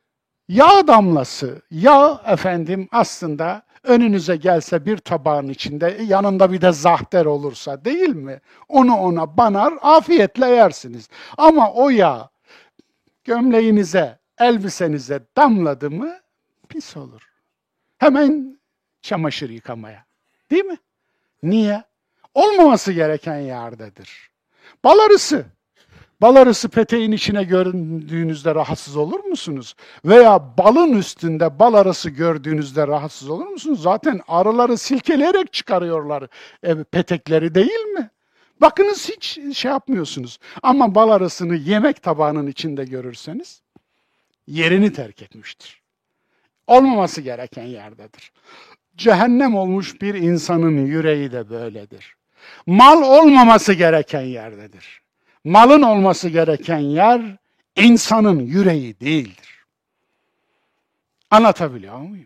yağ damlası, yağ efendim aslında önünüze gelse bir tabağın içinde yanında bir de zahter olursa değil mi? Onu ona banar, afiyetle yersiniz. Ama o yağ gömleğinize, elbisenize damladı mı pis olur. Hemen çamaşır yıkamaya. Değil mi? Niye? Olmaması gereken yerdedir. Bal arısı. Bal arısı peteğin içine gördüğünüzde rahatsız olur musunuz? Veya balın üstünde bal arısı gördüğünüzde rahatsız olur musunuz? Zaten arıları silkeleyerek çıkarıyorlar e, petekleri değil mi? Bakınız hiç şey yapmıyorsunuz. Ama bal arısını yemek tabağının içinde görürseniz yerini terk etmiştir. Olmaması gereken yerdedir. Cehennem olmuş bir insanın yüreği de böyledir. Mal olmaması gereken yerdedir. Malın olması gereken yer insanın yüreği değildir. Anlatabiliyor muyum?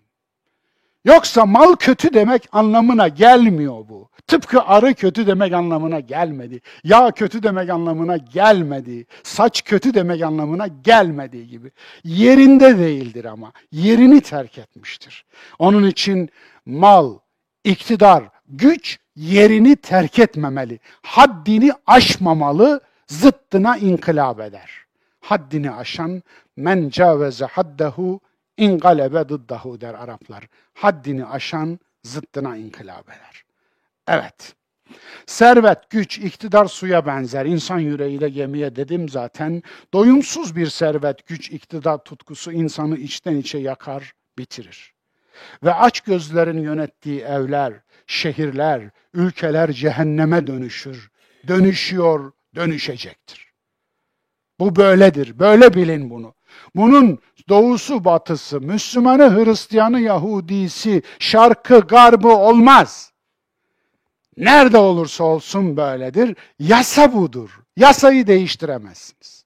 Yoksa mal kötü demek anlamına gelmiyor bu. Tıpkı arı kötü demek anlamına gelmedi. Yağ kötü demek anlamına gelmedi. Saç kötü demek anlamına gelmediği gibi. Yerinde değildir ama. Yerini terk etmiştir. Onun için mal, iktidar, güç yerini terk etmemeli. Haddini aşmamalı, zıttına inkılap eder. Haddini aşan men caveze haddehu İngalebe dıddahu der Araplar. Haddini aşan zıttına inkılap eder. Evet. Servet, güç, iktidar suya benzer. İnsan yüreği de gemiye dedim zaten. Doyumsuz bir servet, güç, iktidar tutkusu insanı içten içe yakar, bitirir. ve açgözlerin yönettiği evler, şehirler, ülkeler cehenneme dönüşür. Dönüşüyor, dönüşecektir. Bu böyledir. Böyle bilin bunu. Bunun doğusu, batısı, Müslümanı, Hristiyanı, Yahudisi, şarkı, garbı olmaz. Nerede olursa olsun böyledir. Yasa budur. Yasayı değiştiremezsiniz.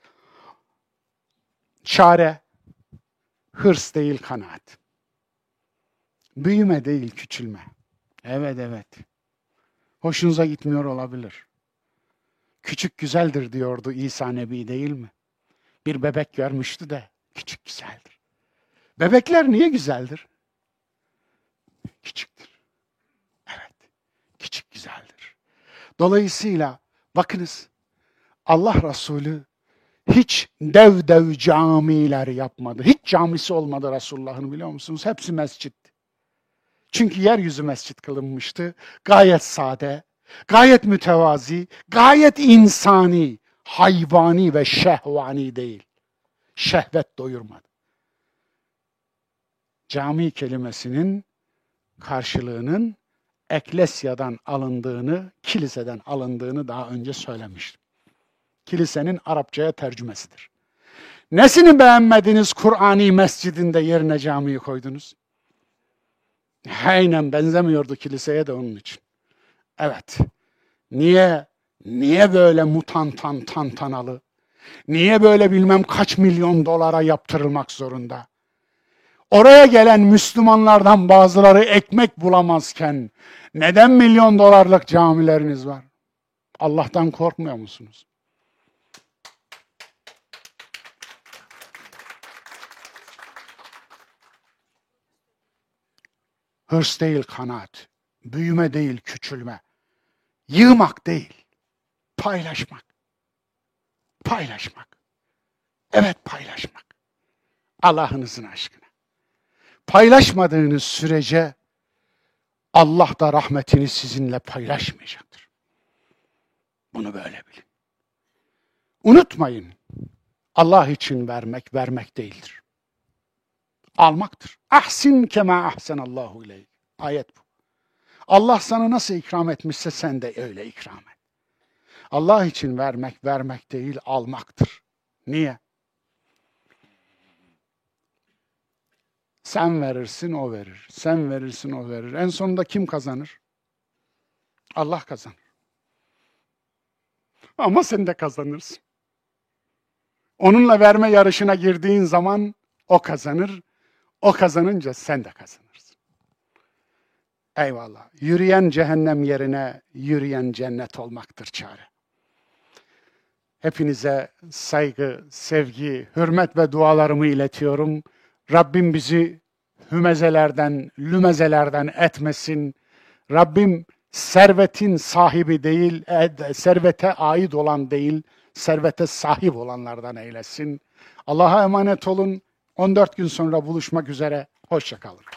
Çare, hırs değil kanaat. Büyüme değil küçülme. Evet evet. Hoşunuza gitmiyor olabilir. Küçük güzeldir diyordu İsa Nebi, değil mi? Bir bebek görmüştü de küçük güzeldir. Bebekler niye güzeldir? Küçüktür. Evet. Küçük güzeldir. Dolayısıyla bakınız, Allah Resulü hiç dev dev camiler yapmadı. Hiç camisi olmadı Resulullah'ın, biliyor musunuz? Hepsi mescitti. Çünkü yeryüzü mescit kılınmıştı. Gayet sade, gayet mütevazi, gayet insani, hayvani ve şehvani değil. Şehvet doyurmadı. Cami kelimesinin karşılığının eklesyadan alındığını, kiliseden alındığını daha önce söylemiştim. Kilisenin Arapçaya tercümesidir. Nesini beğenmediniz Kur'ani mescidinde yerine camiyi koydunuz? Aynen benzemiyordu kiliseye de onun için. Evet. Niye? Niye böyle mutantan tantanalı? Niye böyle bilmem kaç milyon dolara yaptırılmak zorunda? Oraya gelen Müslümanlardan bazıları ekmek bulamazken neden milyon dolarlık camileriniz var? Allah'tan korkmuyor musunuz? Hırs değil kanaat, büyüme değil küçülme, yığmak değil, paylaşmak. Paylaşmak. Evet, paylaşmak. Allah'ınızın aşkına. Paylaşmadığınız sürece Allah da rahmetini sizinle paylaşmayacaktır. Bunu böyle bilin. Unutmayın, Allah için vermek, vermek değildir. Almaktır. Ahsin kema ahsenallahu ileyk. Ayet bu. Allah sana nasıl ikram etmişse sen de öyle ikram et. Allah için vermek, vermek değil, almaktır. Niye? Sen verirsin, o verir. Sen verirsin, o verir. En sonunda kim kazanır? Allah kazanır. Ama sen de kazanırsın. Onunla verme yarışına girdiğin zaman o kazanır. O kazanınca sen de kazanırsın. Eyvallah. Yürüyen cehennem yerine yürüyen cennet olmaktır çare. Hepinize saygı, sevgi, hürmet ve dualarımı iletiyorum. Rabbim bizi hümezelerden, lümezelerden etmesin. Rabbim servetin sahibi değil, servete ait olan değil, servete sahip olanlardan eylesin. Allah'a emanet olun. on dört gün sonra buluşmak üzere. Hoşça kalın.